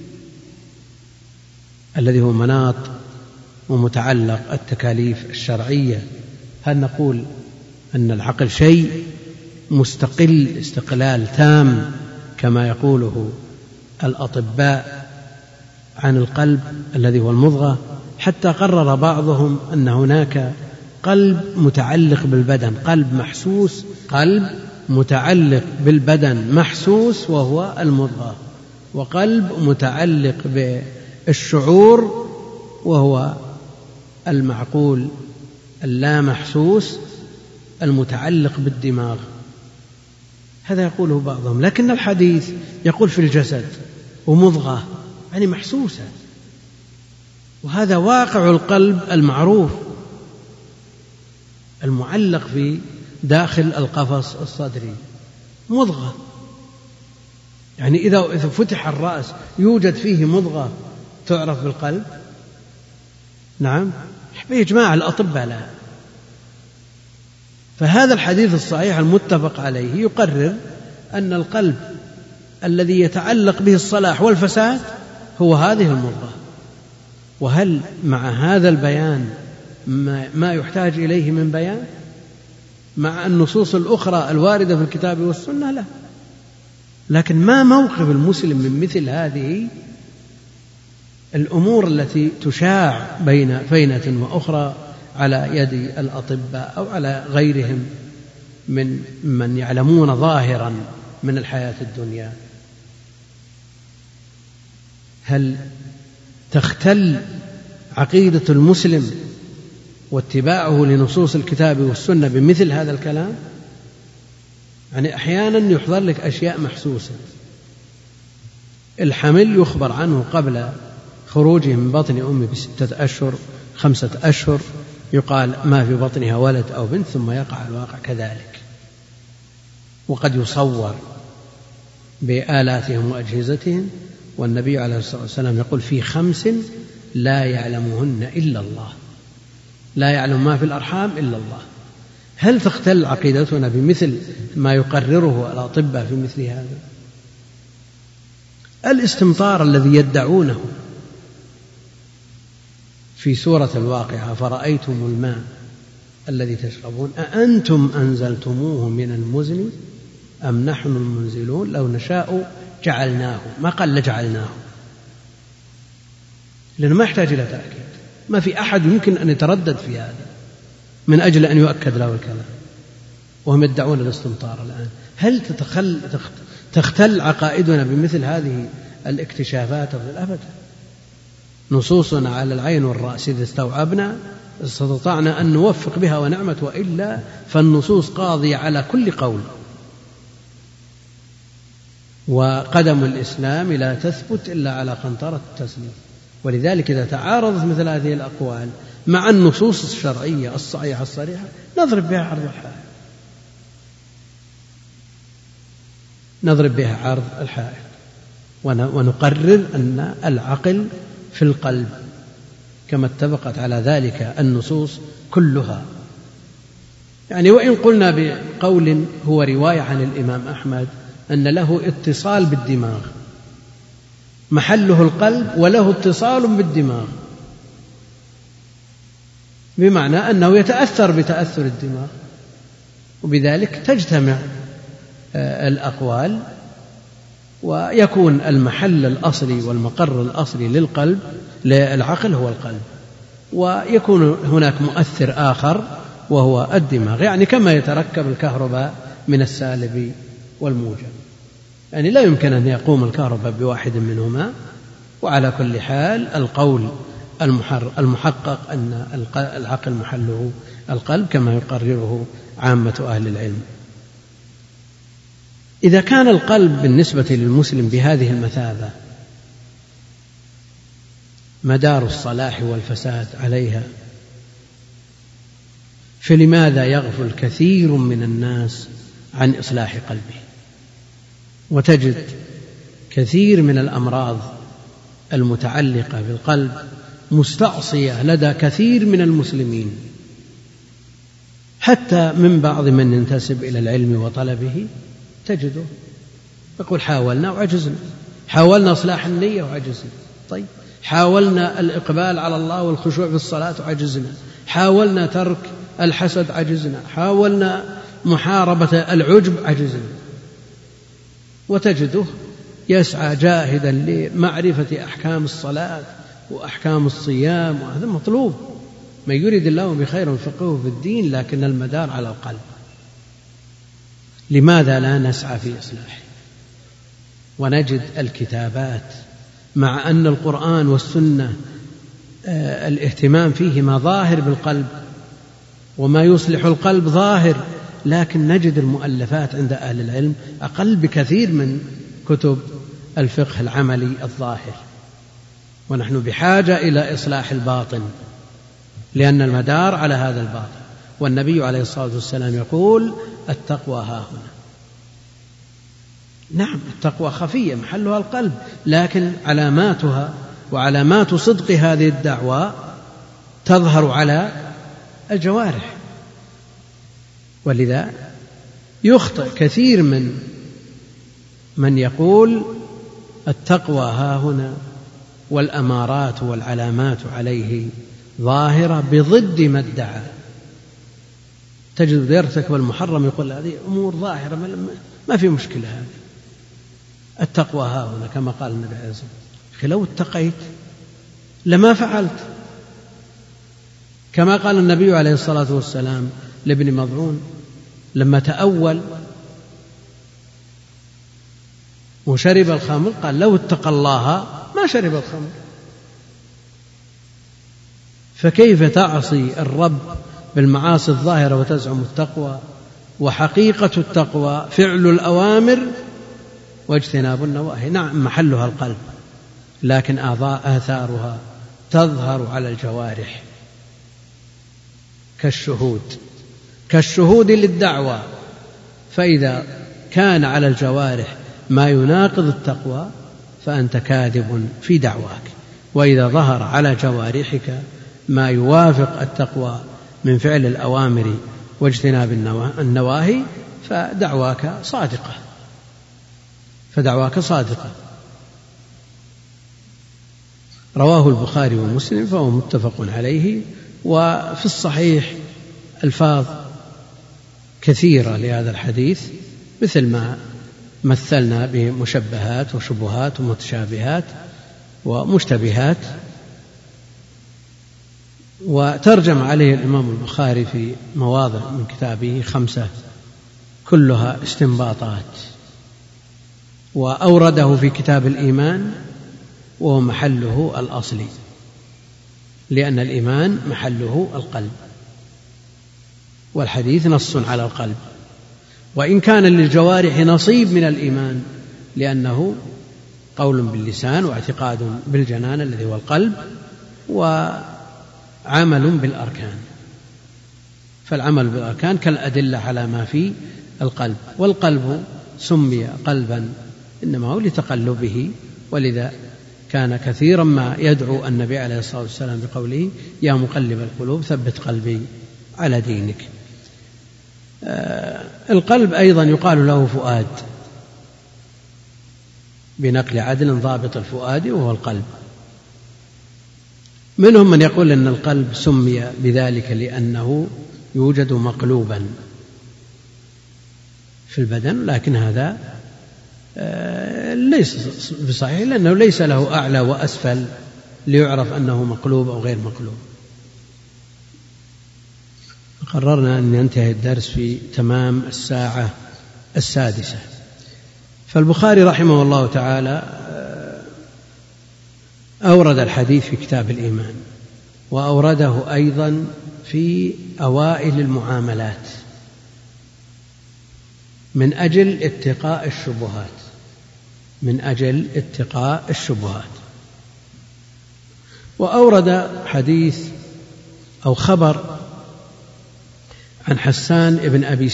S1: الذي هو مناط ومتعلق التكاليف الشرعية؟ هل نقول أن العقل شيء مستقل استقلال تام كما يقوله الأطباء عن القلب الذي هو المضغة؟ حتى قرر بعضهم أن هناك قلب متعلق بالبدن، قلب محسوس، قلب متعلق بالبدن محسوس وهو المضغة، وقلب متعلق بالشعور وهو المعقول اللا محسوس المتعلق بالدماغ. هذا يقوله بعضهم، لكن الحديث يقول في الجسد ومضغة يعني محسوسة، وهذا واقع القلب المعروف المعلق في داخل القفص الصدري، مضغة. يعني إذا فتح الرأس يوجد فيه مضغة تعرف بالقلب؟ نعم، يا جماعة الأطباء لا. فهذا الحديث الصحيح المتفق عليه يقرر أن القلب الذي يتعلق به الصلاح والفساد هو هذه المضغة. وهل مع هذا البيان ما يحتاج إليه من بيان مع النصوص الأخرى الواردة في الكتاب والسنة؟ لا. لكن ما موقف المسلم من مثل هذه الأمور التي تشاع بين فينة وأخرى على يد الأطباء أو على غيرهم من يعلمون ظاهرا من الحياة الدنيا؟ هل تختل عقيدة المسلم واتباعه لنصوص الكتاب والسنة بمثل هذا الكلام؟ يعني أحيانا يحضر لك أشياء محسوسة. الحمل يخبر عنه قبل خروجه من بطن أمه ب6 أشهر 5 أشهر، يقال ما في بطنها ولد أو بنت، ثم يقع الواقع كذلك. وقد يصور بآلاتهم وأجهزتهم، والنبي عليه الصلاة والسلام يقول في 5 لا يعلمهن إلا الله، لا يعلم ما في الأرحام إلا الله. هل تختل عقيدتنا بمثل ما يقرره الأطباء في مثل هذا؟ الاستمطار الذي يدعونه في سورة الواقعة: فرأيتم الماء الذي تشربون أأنتم أنزلتموه من المزن أم نحن المنزلون لو نشاء جعلناه. ما قال لجعلناه، لأنه ما يحتاج إلى تأكيد. ما في أحد يمكن أن يتردد في هذا من أجل أن يؤكد له الكلام، وهم يدعون الاستمطار الآن. هل تختل عقائدنا بمثل هذه الاكتشافات؟ أبدا. نصوصنا على العين والرأس إذا استوعبنا استطعنا أن نوفق بها ونعمة، وإلا فالنصوص قاضية على كل قول. وقدم الإسلام لا تثبت إلا على قنطرة التسليم. ولذلك إذا تعارضت مثل هذه الأقوال مع النصوص الشرعية الصحيحة الصريحة نضرب بها عرض الحائط، نضرب بها عرض الحائط، ونقرر أن العقل في القلب كما اتفقت على ذلك النصوص كلها. يعني وإن قلنا بقول هو رواية عن الإمام أحمد أن له اتصال بالدماغ، محله القلب وله اتصال بالدماغ، بمعنى أنه يتأثر بتأثر الدماغ، وبذلك تجتمع الأقوال ويكون المحل الأصلي والمقر الأصلي للقلب للعقل هو القلب، ويكون هناك مؤثر آخر وهو الدماغ. يعني كما يتركب الكهرباء من السالب والموجب، يعني لا يمكن أن يقوم الكهرباء بواحد منهما. وعلى كل حال القول المحقق أن العقل محله القلب كما يقرره عامة أهل العلم. إذا كان القلب بالنسبة للمسلم بهذه المثابة مدار الصلاح والفساد عليها، فلماذا يغفل كثير من الناس عن إصلاح قلبه؟ وتجد كثير من الأمراض المتعلقة بالقلب مستعصية لدى كثير من المسلمين، حتى من بعض من ينتسب إلى العلم وطلبه تجده يقول حاولنا وعجزنا، حاولنا إصلاح النية وعجزنا، طيب حاولنا الإقبال على الله والخشوع في الصلاة وعجزنا، حاولنا ترك الحسد عجزنا، حاولنا محاربة العجب عجزنا. وتجده يسعى جاهدا لمعرفة أحكام الصلاة وأحكام الصيام، وهذا مطلوب. من يريد الله بخير يفقهه في الدين، لكن المدار على القلب. لماذا لا نسعى في إصلاحه؟ ونجد الكتابات مع أن القرآن والسنة الاهتمام فيهما ظاهر بالقلب، وما يصلح القلب ظاهر، لكن نجد المؤلفات عند أهل العلم أقل بكثير من كتب الفقه العملي الظاهر. ونحن بحاجة إلى إصلاح الباطن، لأن المدار على هذا الباطن. والنبي عليه الصلاة والسلام يقول التقوى ها هنا. نعم التقوى خفية محلها القلب، لكن علاماتها وعلامات صدق هذه الدعوة تظهر على الجوارح. ولذا يخطئ كثير من يقول التقوى ها هنا والأمارات والعلامات عليه ظاهرة بضد ما ادعى. تجد يرتكب المحرم يقول هذه أمور ظاهرة ما في مشكلة، هذه التقوى ها هنا كما قال النبي عليه الصلاة والسلام، لو اتقيت لما فعلت، كما قال النبي عليه الصلاة والسلام لابن مضعون لما تأول وشرب الخمر قال لو اتقى الله ما شرب الخمر. فكيف تعصي الرب بالمعاصي الظاهرة وتزعم التقوى؟ وحقيقة التقوى فعل الأوامر واجتناب النواهي. نعم محلها القلب، لكن آثارها تظهر على الجوارح كالشهود للدعوة. فإذا كان على الجوارح ما يناقض التقوى فأنت كاذب في دعواك، وإذا ظهر على جوارحك ما يوافق التقوى من فعل الأوامر واجتناب النواهي فدعواك صادقة. رواه البخاري ومسلم فهو متفق عليه. وفي الصحيح ألفاظ كثيرة لهذا الحديث مثل ما مثلنا بمشبهات وشبهات ومتشابهات ومشتبهات، وترجم عليه الإمام البخاري في مواضع من كتابه 5 كلها استنباطات، وأورده في كتاب الإيمان وهو محله الأصلي، لأن الإيمان محله القلب، والحديث نص على القلب، وإن كان للجوارح نصيب من الإيمان لأنه قول باللسان واعتقاد بالجنان الذي هو القلب وعمل بالأركان. فالعمل بالأركان كالأدلة على ما في القلب، والقلب سمي قلبا إنما هو لتقلبه، ولذا كان كثيرا ما يدعو النبي عليه الصلاة والسلام بقوله يا مقلب القلوب ثبت قلبي على دينك. القلب أيضا يقال له فؤاد بنقل عدل ضابط الفؤاد وهو القلب. منهم من يقول أن القلب سمي بذلك لأنه يوجد مقلوبا في البدن، لكن هذا ليس بصحيح، لأنه ليس له أعلى وأسفل ليعرف أنه مقلوب أو غير مقلوب. قررنا أن ينتهي الدرس في تمام 6:00. فالبخاري رحمه الله تعالى أورد الحديث في كتاب الإيمان، وأورده أيضا في أوائل المعاملات من أجل اتقاء الشبهات، وأورد حديث أو خبر عن حسان ابن أبي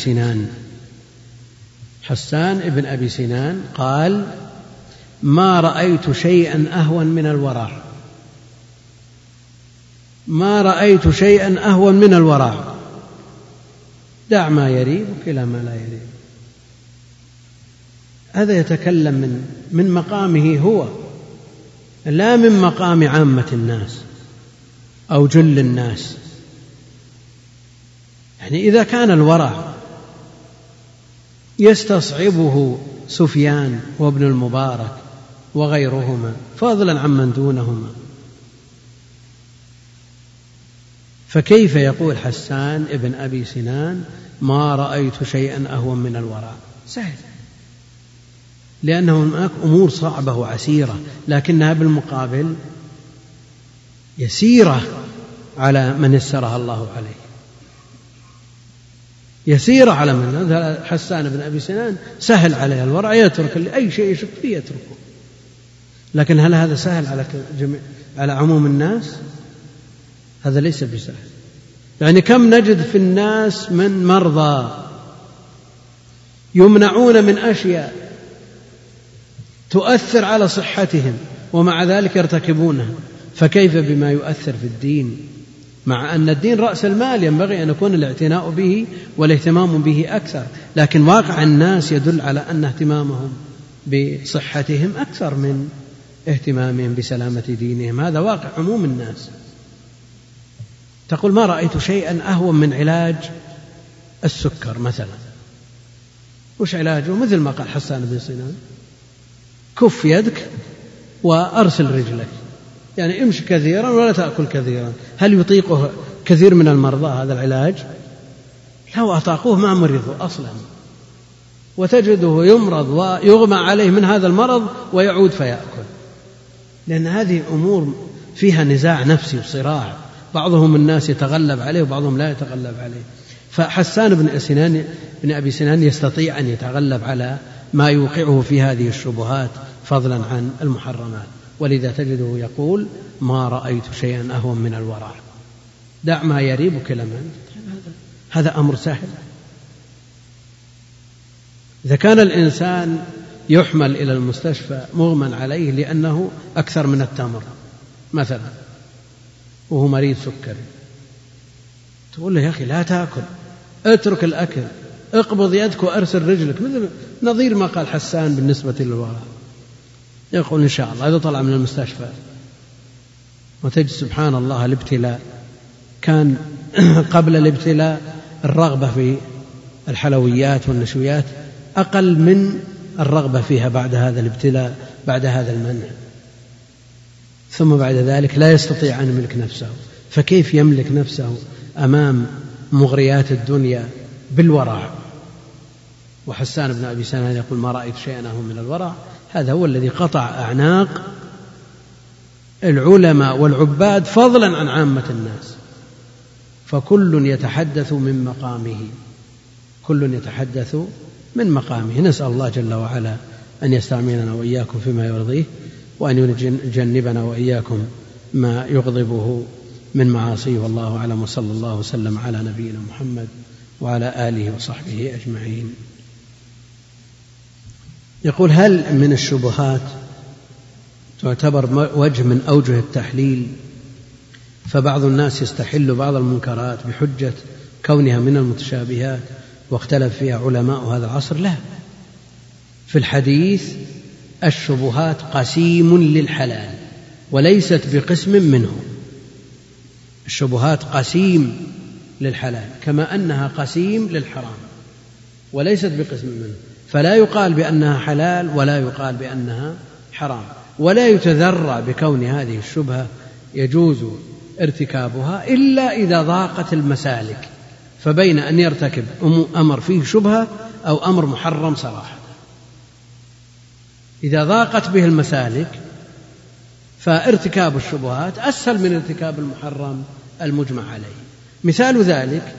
S1: سنان قال ما رأيت شيئا أهون من الورع، دع ما يريبك إلى ما لا يريبك. هذا يتكلم من مقامه هو، لا من مقام عامة الناس أو جل الناس. يعني إذا كان الورع يستصعبه سفيان وابن المبارك وغيرهما فضلا عمن دونهما، فكيف يقول حسان ابن أبي سنان ما رأيت شيئا أهون من الورع؟ سهل، لأنه هناك أمور صعبة وعسيرة لكنها بالمقابل يسيرة على من يسرها الله عليه، يسيرة على من. حسان بن أبي سنان سهل عليه الورع، يترك أي شيء يشك فيه يتركه، لكن هل هذا سهل على عموم الناس؟ هذا ليس بسهل. يعني كم نجد في الناس من مرضى يمنعون من أشياء تؤثر على صحتهم ومع ذلك يرتكبونها، فكيف بما يؤثر في الدين؟ مع أن الدين رأس المال ينبغي أن يكون الاعتناء به والاهتمام به أكثر، لكن واقع الناس يدل على أن اهتمامهم بصحتهم أكثر من اهتمامهم بسلامة دينهم. هذا واقع عموم الناس. تقول ما رأيت شيئا أهون من علاج السكر مثلا. وش علاجه؟ مثل ما قال حسان بن سنان: كف يدك وأرسل رجلك، يعني امشي كثيرا ولا تأكل كثيرا. هل يطيقه كثير من المرضى هذا العلاج؟ لو أطاقوه ما مرضوا أصلا، وتجده يمرض ويغمى عليه من هذا المرض ويعود فيأكل، لأن هذه أمور فيها نزاع نفسي وصراع، بعضهم الناس يتغلب عليه وبعضهم لا يتغلب عليه. فحسان بن أبي سنان يستطيع أن يتغلب على ما يوقعه في هذه الشبهات فضلا عن المحرمات، ولذا تجده يقول: ما رأيت شيئا أهون من الورع. دع ما يريبك لمن، هذا أمر سهل. إذا كان الإنسان يحمل إلى المستشفى مغمى عليه لأنه أكثر من التمر مثلا وهو مريض سكري، تقول له: يا أخي لا تأكل، اترك الأكل، اقبض يدك وأرسل رجلك، مثل نظير ما قال حسان بالنسبة للورع. يقول: إن شاء الله إذا طلع من المستشفى. وتجد سبحان الله الابتلاء، كان قبل الابتلاء الرغبة في الحلويات والنشويات أقل من الرغبة فيها بعد هذا الابتلاء، بعد هذا المنع، ثم بعد ذلك لا يستطيع أن يملك نفسه. فكيف يملك نفسه أمام مغريات الدنيا بالورع؟ وحسان بن أبي سنان يقول: ما رأيت شيئا أهون من الورع. هذا هو الذي قطع أعناق العلماء والعباد فضلا عن عامة الناس. فكل يتحدث من مقامه، كل يتحدث من مقامه. نسأل الله جل وعلا أن يستعملنا وإياكم فيما يرضيه، وأن يجنبنا وإياكم ما يغضبه من معاصيه. والله أعلم، وصلى الله وسلم على نبينا محمد وعلى آله وصحبه أجمعين. يقول: هل من الشبهات تعتبر وجه من أوجه التحليل؟ فبعض الناس يستحل بعض المنكرات بحجة كونها من المتشابهات واختلف فيها علماء هذا العصر. لا، في الحديث: الشبهات قسيم للحلال وليست بقسم منه. الشبهات قسيم للحلال كما أنها قسيم للحرام وليست بقسم منه، فلا يقال بأنها حلال ولا يقال بأنها حرام، ولا يتذرع بكون هذه الشبهة يجوز ارتكابها إلا إذا ضاقت المسالك، فبين أن يرتكب أمر فيه شبهة أو أمر محرم صراحة. إذا ضاقت به المسالك فارتكاب الشبهات أسهل من ارتكاب المحرم المجمع عليه. مثال ذلك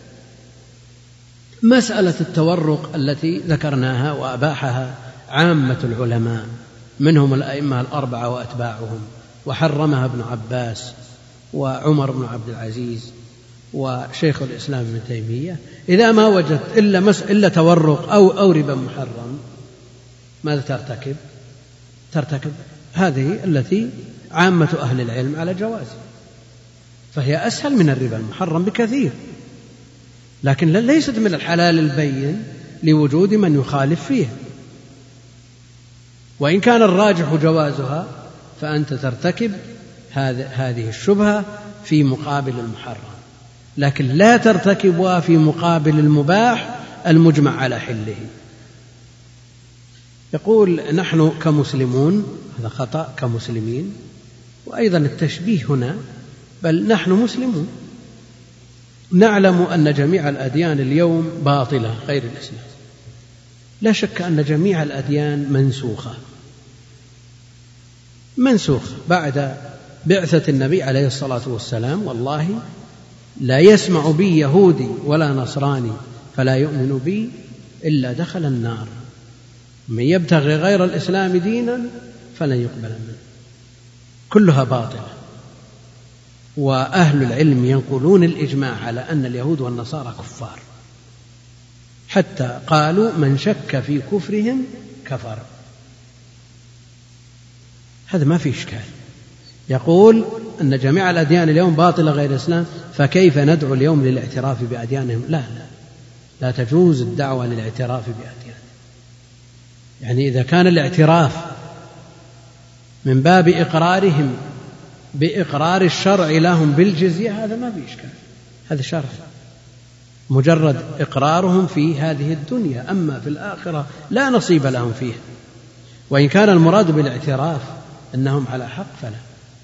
S1: مسألة التورق التي ذكرناها وأباحها عامة العلماء، منهم الأئمة الأربعة وأتباعهم، وحرمها ابن عباس وعمر بن عبد العزيز وشيخ الإسلام ابن تيمية. إذا ما وجدت إلا تورق أو ربا محرم، ماذا ترتكب هذه التي عامة أهل العلم على جوازها، فهي أسهل من الربا المحرم بكثير، لكن ليست من الحلال البين لوجود من يخالف فيها. وإن كان الراجح جوازها فأنت ترتكب هذه الشبهة في مقابل المحرم، لكن لا ترتكبها في مقابل المباح المجمع على حله. يقول: نحن كمسلمون، هذا خطأ، كمسلمين، وأيضا التشبيه هنا، بل نحن مسلمون نعلم أن جميع الأديان اليوم باطلة غير الإسلام. لا شك أن جميع الأديان منسوخة بعد بعثة النبي عليه الصلاة والسلام. والله لا يسمع بي يهودي ولا نصراني فلا يؤمن بي إلا دخل النار، من يبتغي غير الإسلام دينا فلن يقبل منه. كلها باطلة. وأهل العلم ينقلون الإجماع على أن اليهود والنصارى كفار، حتى قالوا: من شك في كفرهم كفر. هذا ما في إشكال. يقول أن جميع الأديان اليوم باطلة غير الإسلام، فكيف ندعو اليوم للاعتراف بأديانهم؟ لا تجوز الدعوة للاعتراف بأديانهم. يعني إذا كان الاعتراف من باب إقرارهم بإقرار الشرع لهم بالجزية هذا ما بإشكال، هذا شرع، مجرد إقرارهم في هذه الدنيا، أما في الآخرة لا نصيب لهم فيها. وإن كان المراد بالاعتراف أنهم على حق فلا،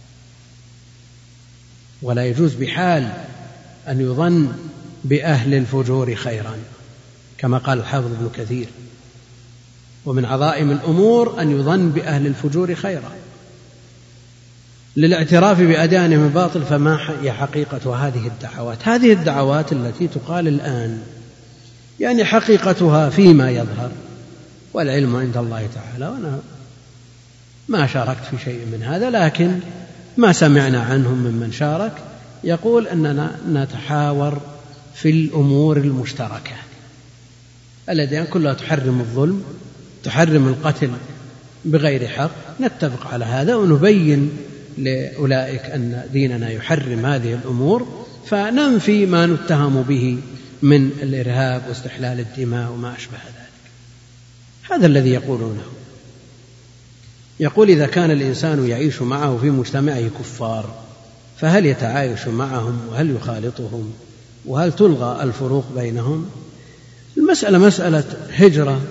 S1: ولا يجوز بحال أن يظن بأهل الفجور خيرا كما قال الحافظ ابن كثير: ومن عظائم الأمور أن يظن بأهل الفجور خيرا للاعتراف بأديانهم الباطل. فما هي حقيقة هذه الدعوات؟ هذه الدعوات التي تقال الآن يعني حقيقتها فيما يظهر، والعلم عند الله تعالى، وأنا ما شاركت في شيء من هذا، لكن ما سمعنا عنهم ممن شارك يقول أننا نتحاور في الأمور المشتركة. الأديان كلها تحرم الظلم، تحرم القتل بغير حق، نتفق على هذا ونبين لأولئك أن ديننا يحرم هذه الأمور، فننفي ما نتهم به من الإرهاب واستحلال الدماء وما أشبه ذلك. هذا الذي يقولونه. يقول: إذا كان الإنسان يعيش معه في مجتمعه كفار فهل يتعايش معهم وهل يخالطهم وهل تلغى الفروق بينهم؟ المسألة مسألة هجرة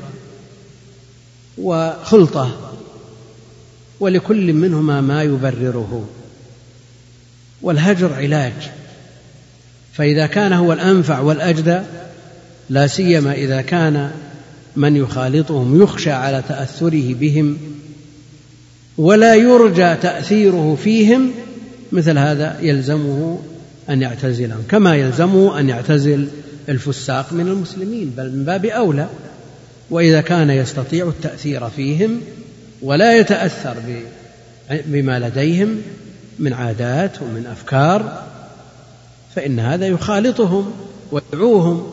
S1: وخلطة، ولكل منهما ما يبرره، والهجر علاج، فإذا كان هو الأنفع والأجدى، لا سيما إذا كان من يخالطهم يخشى على تأثره بهم ولا يرجى تأثيره فيهم، مثل هذا يلزمه أن يعتزلهم، كما يلزمه أن يعتزل الفساق من المسلمين، بل من باب أولى. وإذا كان يستطيع التأثير فيهم ولا يتأثر بما لديهم من عادات ومن أفكار، فإن هذا يخالطهم ويدعوهم،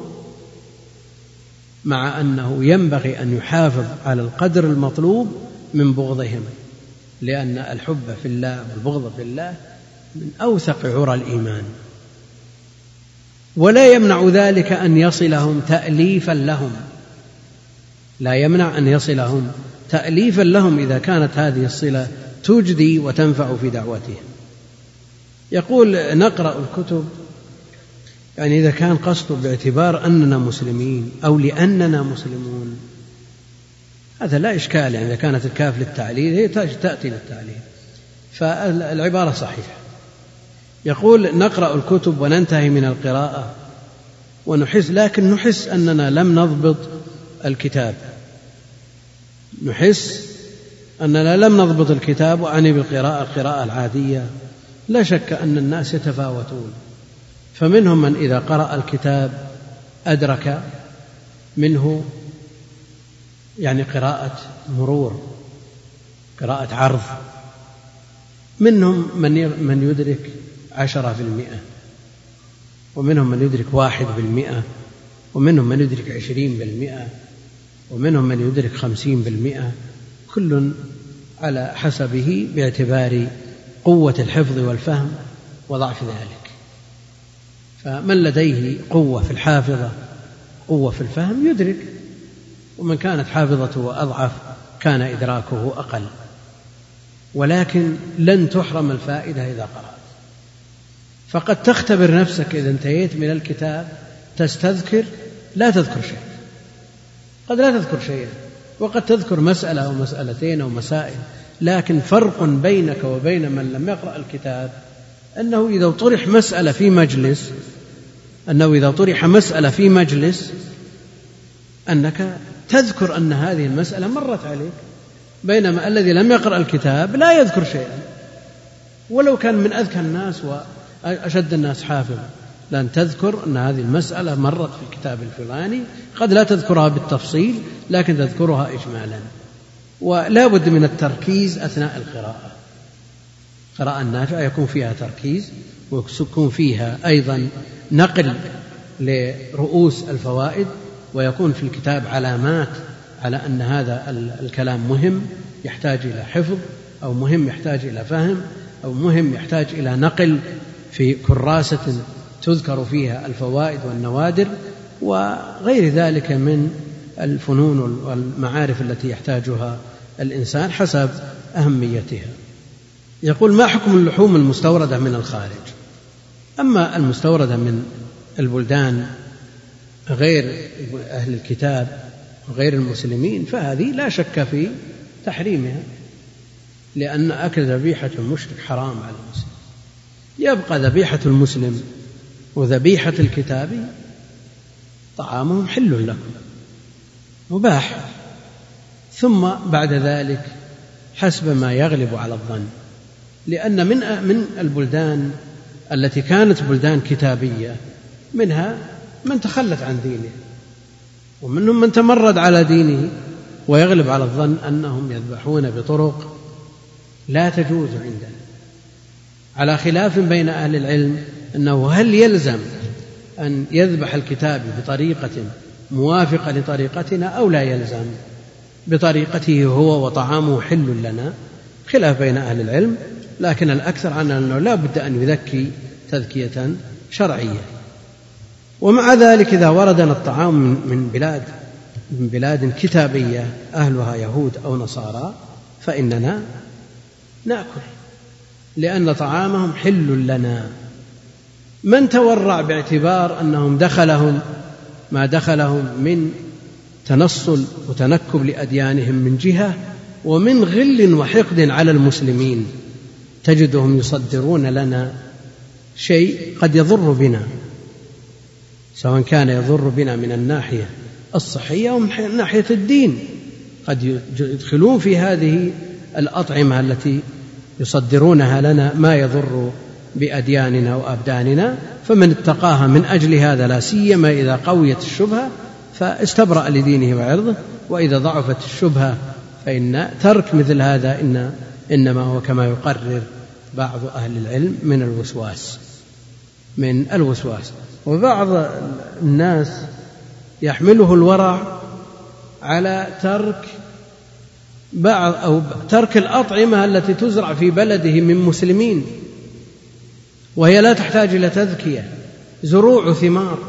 S1: مع أنه ينبغي أن يحافظ على القدر المطلوب من بغضهم، لأن الحب في الله والبغض في الله من أوثق عرى الإيمان. ولا يمنع ذلك أن يصلهم تأليفا لهم، لا يمنع أن يصلهم تأليفا لهم إذا كانت هذه الصلة تجدي وتنفع في دعوتهم. يقول: نقرأ الكتب، يعني إذا كان قصده باعتبار أننا مسلمين أو لأننا مسلمون هذا لا إشكال، يعني إذا كانت الكاف للتعليل هي تأتي للتعليل، فالعبارة صحيحة. يقول: نقرأ الكتب وننتهي من القراءة ونحس، لكن نحس أننا لم نضبط الكتاب، نحس أننا لم نضبط الكتاب، وأعني بالقراءة القراءة العادية. لا شك أن الناس يتفاوتون، فمنهم من إذا قرأ الكتاب أدرك منه يعني قراءة مرور، قراءة عرض، منهم من يدرك 10%، ومنهم من يدرك 1%، ومنهم من يدرك 20%، ومنهم من يدرك 50%، كل على حسبه باعتبار قوة الحفظ والفهم وضعف ذلك. فمن لديه قوة في الحافظة قوة في الفهم يدرك، ومن كانت حافظته أضعف كان إدراكه أقل، ولكن لن تحرم الفائدة إذا قرأت. فقد تختبر نفسك إذا انتهيت من الكتاب تستذكر لا تذكر شيء، قد لا تذكر شيئا، وقد تذكر مسألة أو مسألتين أو مسائل، لكن فرق بينك وبين من لم يقرأ الكتاب أنه إذا طرح مسألة في مجلس أنك تذكر أن هذه المسألة مرت عليك، بينما الذي لم يقرأ الكتاب لا يذكر شيئا ولو كان من أذكى الناس وأشد الناس حافظا، لن تذكر أن هذه المسألة مرت في الكتاب الفلاني، قد لا تذكرها بالتفصيل لكن تذكرها إجمالا. ولا بد من التركيز أثناء القراءة. القراءة النافعة يكون فيها تركيز، ويكون فيها أيضا نقل لرؤوس الفوائد، ويكون في الكتاب علامات على أن هذا الكلام مهم يحتاج إلى حفظ، أو مهم يحتاج إلى فهم، أو مهم يحتاج إلى نقل في كراسة تذكر فيها الفوائد والنوادر وغير ذلك من الفنون والمعارف التي يحتاجها الإنسان حسب أهميتها. يقول: ما حكم اللحوم المستوردة من الخارج؟ أما المستوردة من البلدان غير أهل الكتاب وغير المسلمين فهذه لا شك في تحريمها، لأن أكل ذبيحة المشرك حرام على المسلم. يبقى ذبيحة المسلم وذبيحة الكتاب طعامهم حل لكم مباح، ثم بعد ذلك حسب ما يغلب على الظن، لأن من البلدان التي كانت بلدان كتابية منها من تخلت عن دينه، ومنهم من تمرد على دينه، ويغلب على الظن أنهم يذبحون بطرق لا تجوز عندنا، على خلاف بين أهل العلم أنه هل يلزم أن يذبح الكتاب بطريقة موافقة لطريقتنا أو لا يلزم بطريقته هو وطعامه حل لنا، خلاف بين أهل العلم، لكن الأكثر عنه أنه لا بد أن يذكي تذكية شرعية. ومع ذلك إذا وردنا الطعام من بلاد كتابية أهلها يهود أو نصارى فإننا نأكل، لأن طعامهم حل لنا. من تورع باعتبار أنهم دخلهم ما دخلهم من تنصل وتنكب لأديانهم من جهة، ومن غل وحقد على المسلمين، تجدهم يصدرون لنا شيء قد يضر بنا، سواء كان يضر بنا من الناحية الصحية أو من ناحية الدين. قد يدخلون في هذه الأطعمة التي يصدرونها لنا ما يضر بأدياننا وأبداننا، فمن اتقاها من أجل هذا، لا سيما إذا قويت الشبهة فاستبرأ لدينه وعرضه، وإذا ضعفت الشبهة فإن ترك مثل هذا إنما هو كما يقرر بعض أهل العلم من الوسواس. وبعض الناس يحمله الورع على ترك الأطعمة التي تزرع في بلده من مسلمين، وهي لا تحتاج إلى تذكية، زروع ثمار.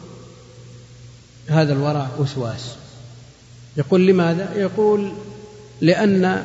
S1: هذا الورع وسواس. يقول: لماذا؟ يقول: لأن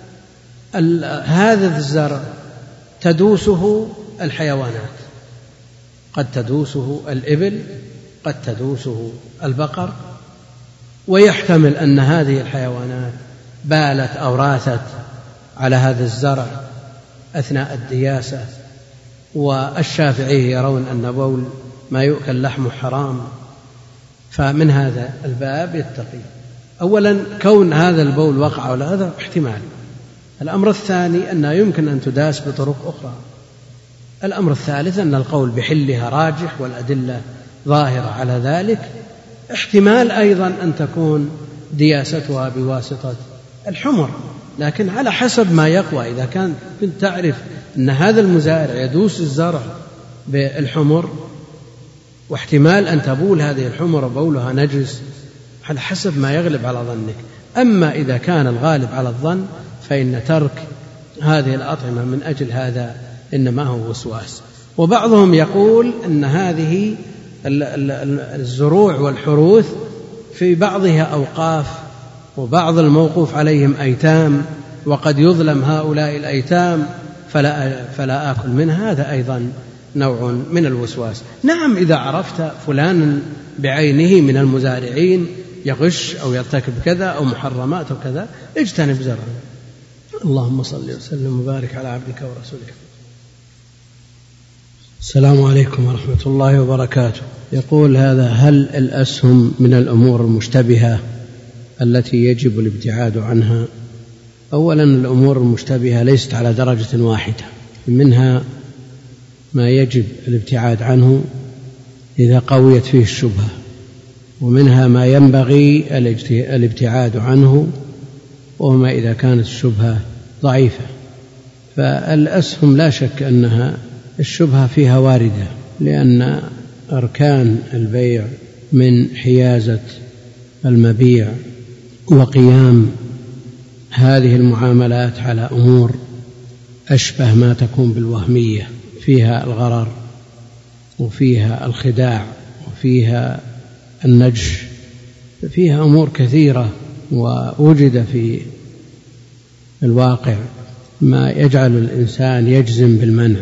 S1: هذا الزرع تدوسه الحيوانات، قد تدوسه الإبل، قد تدوسه البقر، ويحتمل أن هذه الحيوانات بالت أو راثت على هذا الزرع أثناء الدياسة. والشافعية يرون أن بول ما يؤكل لحمه حرام، فمن هذا الباب يتقي. أولا كون هذا البول وقع على هذا احتمال. الأمر الثاني أنها يمكن أن تداس بطرق أخرى. الأمر الثالث أن القول بحلها راجح والأدلة ظاهرة على ذلك. احتمال أيضا أن تكون دياستها بواسطة الحمر، لكن على حسب ما يقوى. إذا كنت تعرف أن هذا المزارع يدوس الزرع بالحمر، واحتمال أن تبول هذه الحمر بولها نجس، على حسب ما يغلب على ظنك. أما إذا كان الغالب على الظن فإن ترك هذه الأطعمة من أجل هذا إنما هو وسواس. وبعضهم يقول أن هذه الزروع والحروث في بعضها أوقاف، وبعض الموقوف عليهم أيتام، وقد يظلم هؤلاء الأيتام فلا آكل منها. هذا أيضا نوع من الوسواس. نعم، إذا عرفت فلانا بعينه من المزارعين يغش أو يرتكب كذا أو محرمات أو كذا، اجتنب زرعه. اللهم صل وسلم وبارك على عبدك ورسولك. السلام عليكم ورحمة الله وبركاته. يقول هذا: هل الأسهم من الأمور المشتبهة التي يجب الابتعاد عنها؟ أولا، الأمور المشتبهة ليست على درجة واحدة، منها ما يجب الابتعاد عنه إذا قويت فيه الشبهة، ومنها ما ينبغي الابتعاد عنه وما إذا كانت الشبهة ضعيفة. فالأسهم لا شك أنها الشبهة فيها واردة، لأن أركان البيع من حيازة المبيع وقيام هذه المعاملات على أمور أشبه ما تكون بالوهمية، فيها الغرر وفيها الخداع وفيها النجش، فيها أمور كثيرة. ووجد في الواقع ما يجعل الإنسان يجزم بالمنع،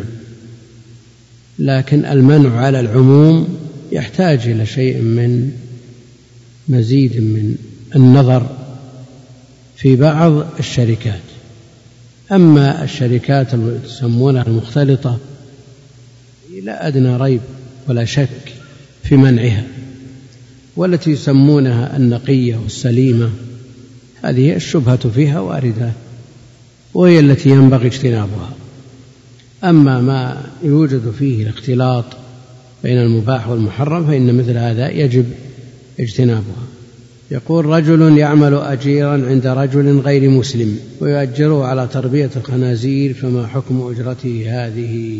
S1: لكن المنع على العموم يحتاج إلى شيء من مزيد من النظر في بعض الشركات. أما الشركات التي يسمونها المختلطة لا أدنى ريب ولا شك في منعها، والتي يسمونها النقية والسليمة هذه الشبهة فيها واردة وهي التي ينبغي اجتنابها. أما ما يوجد فيه الاختلاط بين المباح والمحرم فإن مثل هذا يجب اجتنابها. يقول: رجل يعمل أجيرا عند رجل غير مسلم ويؤجره على تربية الخنازير، فما حكم أجرته هذه؟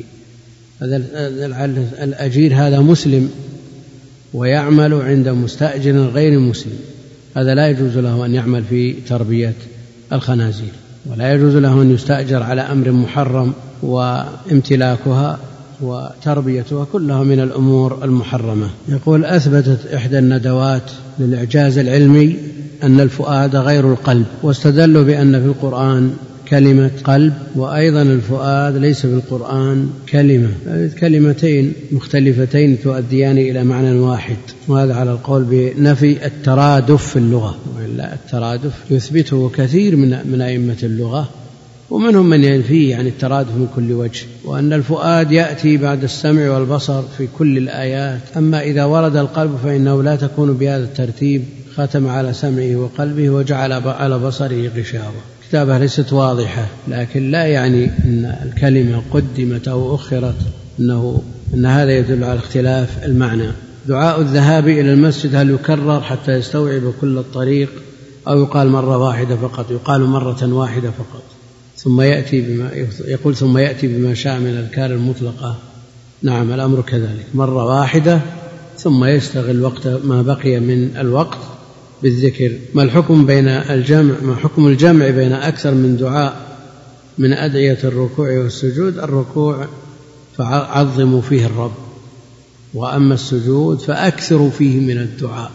S1: الأجير هذا مسلم ويعمل عند مستأجر غير مسلم، هذا لا يجوز له أن يعمل في تربية الخنازير، ولا يجوز له أن يستأجر على أمر محرم، وامتلاكها وتربيتها كلها من الأمور المحرمة. يقول: أثبتت إحدى الندوات للإعجاز العلمي أن الفؤاد غير القلب، واستدلوا بأن في القرآن كلمة قلب، وأيضا الفؤاد ليس في القرآن كلمتين مختلفتين تؤديان إلى معنى واحد، وهذا على القول بنفي الترادف في اللغة، وإلا الترادف يثبته كثير من أئمة اللغة، ومنهم من ينفيه عن الترادف من كل وجه، وأن الفؤاد يأتي بعد السمع والبصر في كل الآيات، أما إذا ورد القلب فإنه لا تكون بهذا الترتيب، ختم على سمعه وقلبه وجعل على بصره غشاوة. كتابة ليست واضحة، لكن لا يعني أن الكلمة قدمت أو أخرت أن هذا يدل على اختلاف المعنى. دعاء الذهاب إلى المسجد هل يكرر حتى يستوعب كل الطريق أو يقال مرة واحدة فقط؟ يقال مرة واحدة فقط، ثم يأتي بما شاء من الأذكار المطلقة. نعم، الأمر كذلك، مرة واحدة ثم يستغل وقت ما بقي من الوقت بالذكر. ما حكم الجمع بين أكثر من دعاء من أدعية الركوع والسجود؟ الركوع فعظموا فيه الرب، وأما السجود فأكثروا فيه من الدعاء،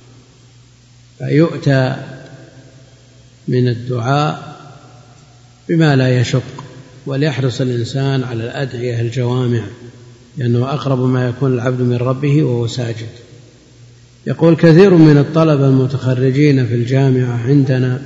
S1: فيؤتى من الدعاء بما لا يشق، وليحرص الإنسان على الأدعية الجوامع، لأنه أقرب ما يكون العبد من ربه وهو ساجد. يقول: كثير من الطلبة المتخرجين في الجامعة عندنا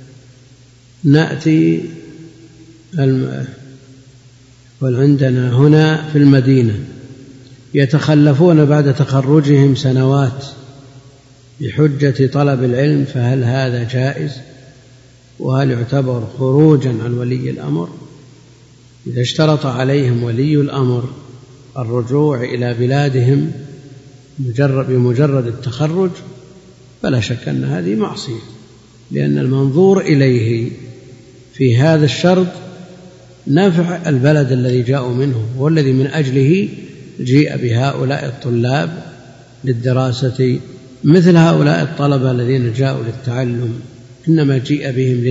S1: عندنا هنا في المدينة يتخلفون بعد تخرجهم سنوات بحجة طلب العلم، فهل هذا جائز؟ وهل يعتبر خروجا عن ولي الأمر؟ إذا اشترط عليهم ولي الأمر الرجوع إلى بلادهم بمجرد التخرج فلا شك أن هذه معصية، لأن المنظور إليه في هذا الشرط نفع البلد الذي جاءوا منه، والذي من أجله جيء بهؤلاء الطلاب للدراسة. مثل هؤلاء الطلبة الذين جاءوا للتعلم إنما جيء بهم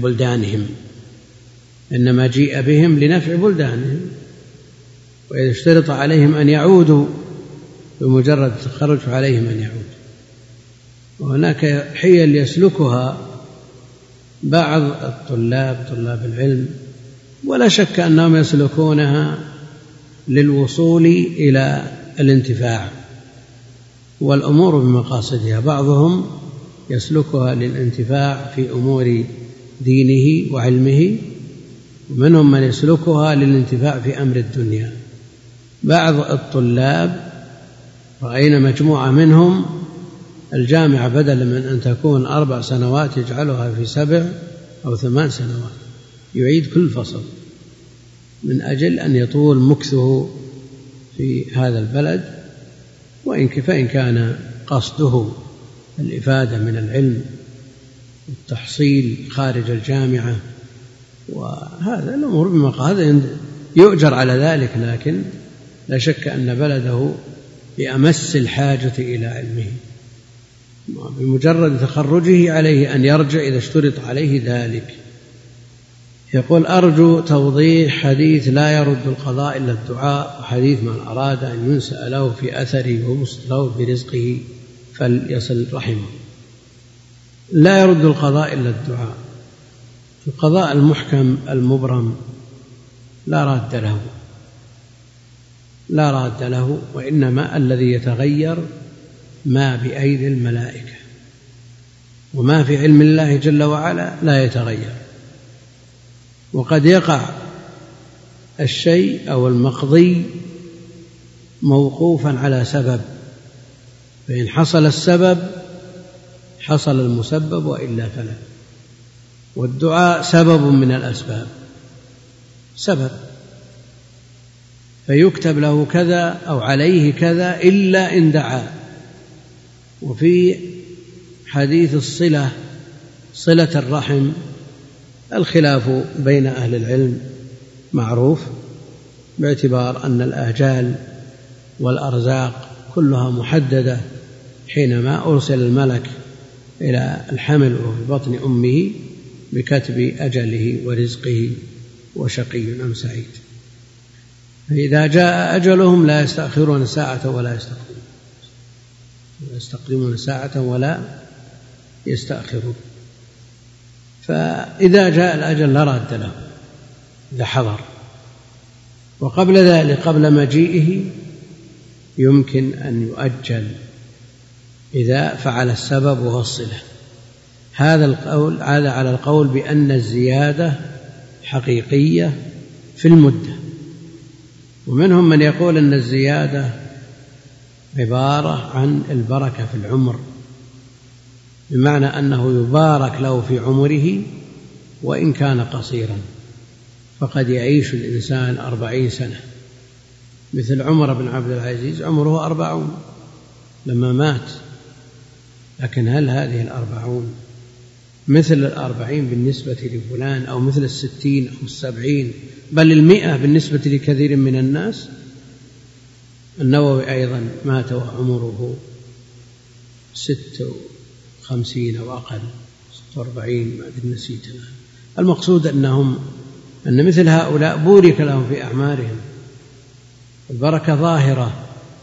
S1: لنفع بلدانهم، وإذا اشترط عليهم أن يعودوا بمجرد التخرج فعليهم أن يعودوا. وهناك حيل يسلكها بعض طلاب العلم، ولا شك أنهم يسلكونها للوصول إلى الانتفاع والأمور بمقاصدها. بعضهم يسلكها للانتفاع في أمور دينه وعلمه، ومنهم من يسلكها للانتفاع في أمر الدنيا. بعض الطلاب رأينا مجموعة منهم الجامعة بدلا من أن تكون 4 سنوات يجعلها في 7 أو 8 سنوات، يعيد كل فصل من أجل أن يطول مكثه في هذا البلد، فإن كان قصده الإفادة من العلم والتحصيل خارج الجامعة، وهذا الأمور بمقاصد يؤجر على ذلك، لكن لا شك أن بلده بأمس الحاجة إلى علمه. بمجرد تخرجه عليه أن يرجع إذا اشترط عليه ذلك. يقول: أرجو توضيح حديث لا يرد القضاء إلا الدعاء، وحديث من أراد أن ينسأ له في أثره وبسط له برزقه فليصل رحمه. لا يرد القضاء إلا الدعاء، القضاء المحكم المبرم لا راد له وإنما الذي يتغير ما بأيدي الملائكة، وما في علم الله جل وعلا لا يتغير. وقد يقع الشيء أو المقضي موقوفا على سبب، فإن حصل السبب حصل المسبب وإلا فلا. والدعاء سبب من الأسباب، سبب، فيكتب له كذا أو عليه كذا إلا إن دعا. وفي حديث صلة الرحم الخلاف بين أهل العلم معروف، باعتبار أن الآجال والأرزاق كلها محددة حينما أرسل الملك إلى الحمل وفي بطن أمه بكتب أجله ورزقه وشقي أم سعيد. فإذا جاء أجلهم لا يستأخرون ساعة ولا يستقدمون ساعة ولا يستأخرون. فإذا جاء الأجل لا راد له إذا حضر، وقبل ذلك قبل مجيئه يمكن أن يؤجل إذا فعل السبب وهو الصلة. هذا على القول بأن الزيادة حقيقية في المدة، ومنهم من يقول أن الزيادة عبارة عن البركة في العمر، بمعنى أنه يبارك له في عمره وإن كان قصيرا، فقد يعيش الإنسان 40 سنة، مثل عمر بن عبد العزيز عمره 40 لما مات. لكن هل هذه 40 مثل 40 بالنسبة لفلان، أو مثل 60 أو 70 بل 100 بالنسبة لكثير من الناس؟ النووي أيضا مات وعمره 56 أو أقل، 46 ما أدري نسيت. المقصود أن مثل هؤلاء بورك لهم في أعمارهم، البركة ظاهرة.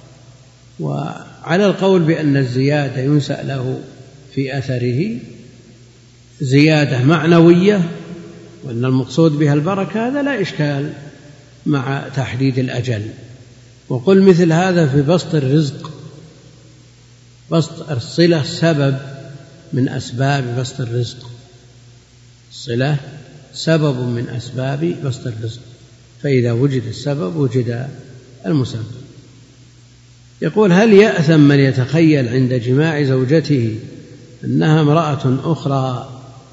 S1: وعلى القول بأن الزيادة ينسأ له في أثره زيادة معنوية وأن المقصود بها البركة، هذا لا إشكال مع تحديد الأجل. وقل مثل هذا في بسط الرزق، بسط الصلة سبب من أسباب بسط الرزق، الصلة سبب من أسباب بسط الرزق، فإذا وجد السبب وجد المسبب. يقول: هل يأثم من يتخيل عند جماع زوجته أنها امرأة أخرى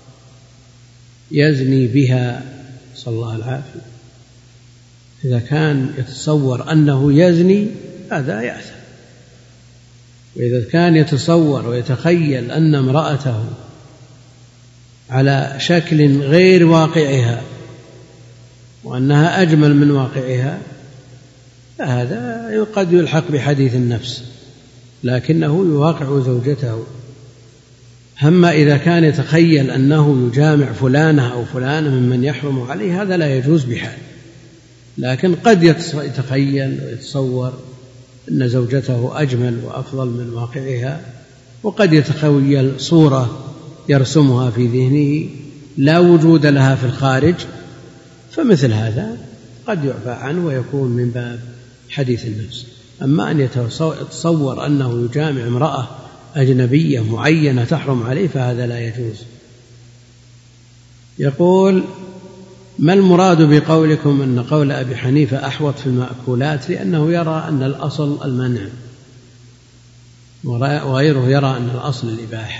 S1: يزني بها؟ صلى الله العافية. إذا كان يتصور أنه يزني هذا يأثم، وإذا كان يتصور ويتخيل أن امرأته على شكل غير واقعها وأنها أجمل من واقعها، هذا قد يلحق بحديث النفس، لكنه يواقع زوجته. أما إذا كان يتخيل أنه يجامع فلانة أو فلانة ممن يحرم عليه، هذا لا يجوز بحال. لكن قد يتخيل ويتصور أن زوجته أجمل وأفضل من واقعها، وقد يتخيل صورة يرسمها في ذهنه لا وجود لها في الخارج، فمثل هذا قد يعفى عنه ويكون من باب حديث النفس. أما أن يتصور أنه يجامع امرأة أجنبية معينة تحرم عليه فهذا لا يجوز. يقول: ما المراد بقولكم أن قول أبي حنيفة أحوط في المأكولات؟ لأنه يرى أن الأصل المنع، وغيره يرى أن الأصل الإباحة.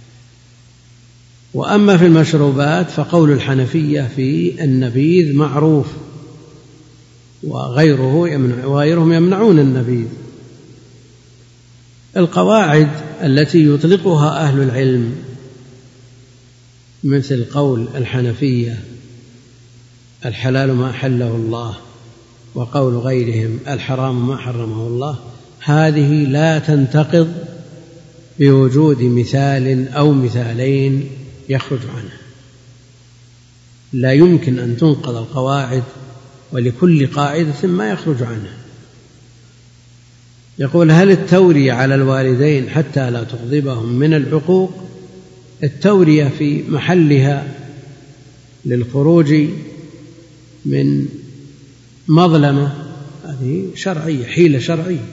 S1: وأما في المشروبات فقول الحنفية في النبيذ معروف، وغيرهم يمنعون النبيذ. القواعد التي يطلقها أهل العلم مثل قول الحنفية الحلال ما أحله الله، وقول غيرهم الحرام ما حرمه الله، هذه لا تنتقض بوجود مثال أو مثالين يخرج عنها. لا يمكن أن تنقض القواعد، ولكل قاعدة ما يخرج عنها. يقول: هل التورية على الوالدين حتى لا تغضبهم من العقوق؟ التورية في محلها للخروج من مظلمة، هذه شرعية، حيلة شرعية.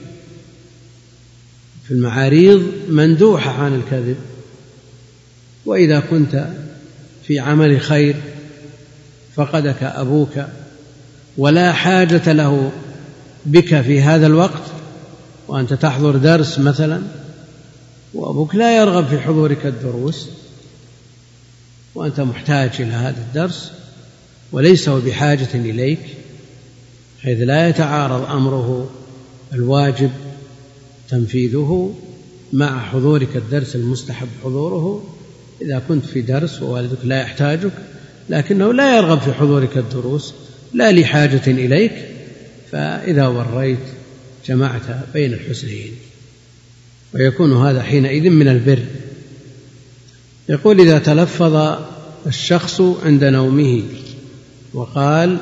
S1: في المعاريض مندوحة عن الكذب. وإذا كنت في عمل خير فقدك أبوك ولا حاجة له بك في هذا الوقت، وأنت تحضر درس مثلا وأبوك لا يرغب في حضورك الدروس، وأنت محتاج إلى هذا الدرس وليس هو بحاجة إليك، حيث لا يتعارض أمره الواجب تنفيذه مع حضورك الدرس المستحب حضوره. إذا كنت في درس ووالدك لا يحتاجك لكنه لا يرغب في حضورك الدروس لا لحاجة إليك، فإذا وريت جمعت بين الحسنين، ويكون هذا حينئذ من البر. يقول: إذا تلفظ الشخص عند نومه وقال: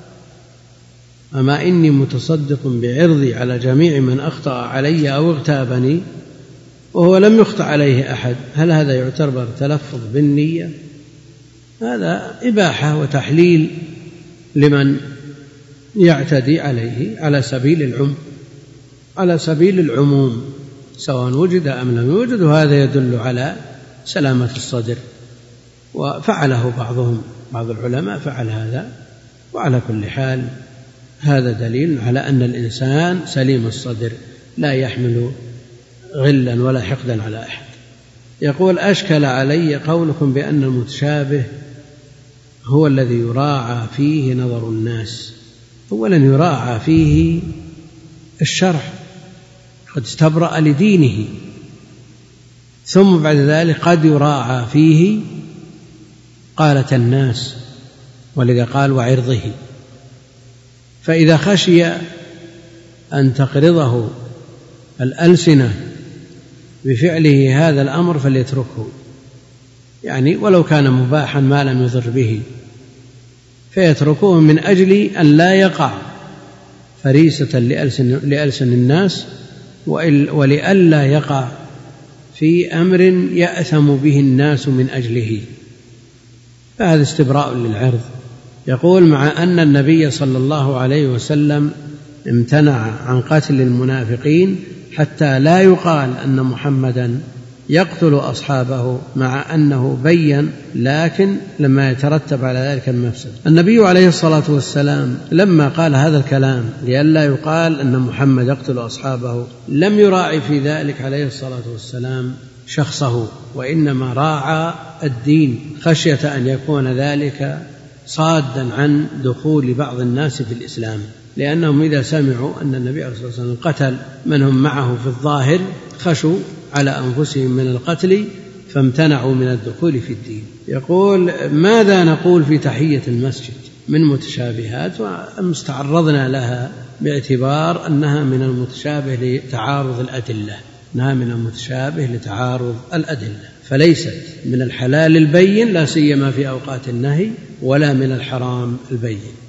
S1: أما إني متصدق بعرضي على جميع من أخطأ علي أو اغتابني، وهو لم يخطأ عليه أحد، هل هذا يعتبر تلفظ بالنية؟ هذا إباحة وتحليل لمن يعتدي عليه على سبيل العموم سواء وجد أم لم يوجد، وهذا يدل على سلامة الصدر، وفعله بعض العلماء فعل هذا. وعلى كل حال هذا دليل على أن الإنسان سليم الصدر لا يحمل غلا ولا حقدا على أحد. يقول: أشكل علي قولكم بأن المتشابه هو الذي يراعى فيه نظر الناس. أولا يراعى فيه الشرع، قد استبرأ لدينه، ثم بعد ذلك قد يراعى فيه قالة الناس، ولذا قال: وعرضه. فإذا خشي أن تقرضه الألسنة بفعله هذا الأمر فليتركه، يعني ولو كان مباحا ما لم يضر به، فيتركوه من أجل أن لا يقع فريسة لألسن الناس، ولئلا يقع في أمر يأثم به الناس من أجله، فهذا استبراء للعرض. يقول: مع أن النبي صلى الله عليه وسلم امتنع عن قتل المنافقين حتى لا يقال أن محمدا يقتل أصحابه، مع أنه بين لكن لما يترتب على ذلك المفسد. النبي عليه الصلاة والسلام لما قال هذا الكلام لئلا يقال أن محمد يقتل أصحابه لم يراعي في ذلك عليه الصلاة والسلام شخصه، وإنما راعى الدين، خشية أن يكون ذلك صادا عن دخول بعض الناس في الإسلام، لأنهم إذا سمعوا أن النبي عليه الصلاة والسلام قتل من هم معه في الظاهر خشوا على أنفسهم من القتل فامتنعوا من الدخول في الدين. يقول: ماذا نقول في تحية المسجد من متشابهات، ومستعرضنا لها باعتبار أنها من المتشابه لتعارض الأدلة، فليست من الحلال البين لا سيما في أوقات النهي، ولا من الحرام البين.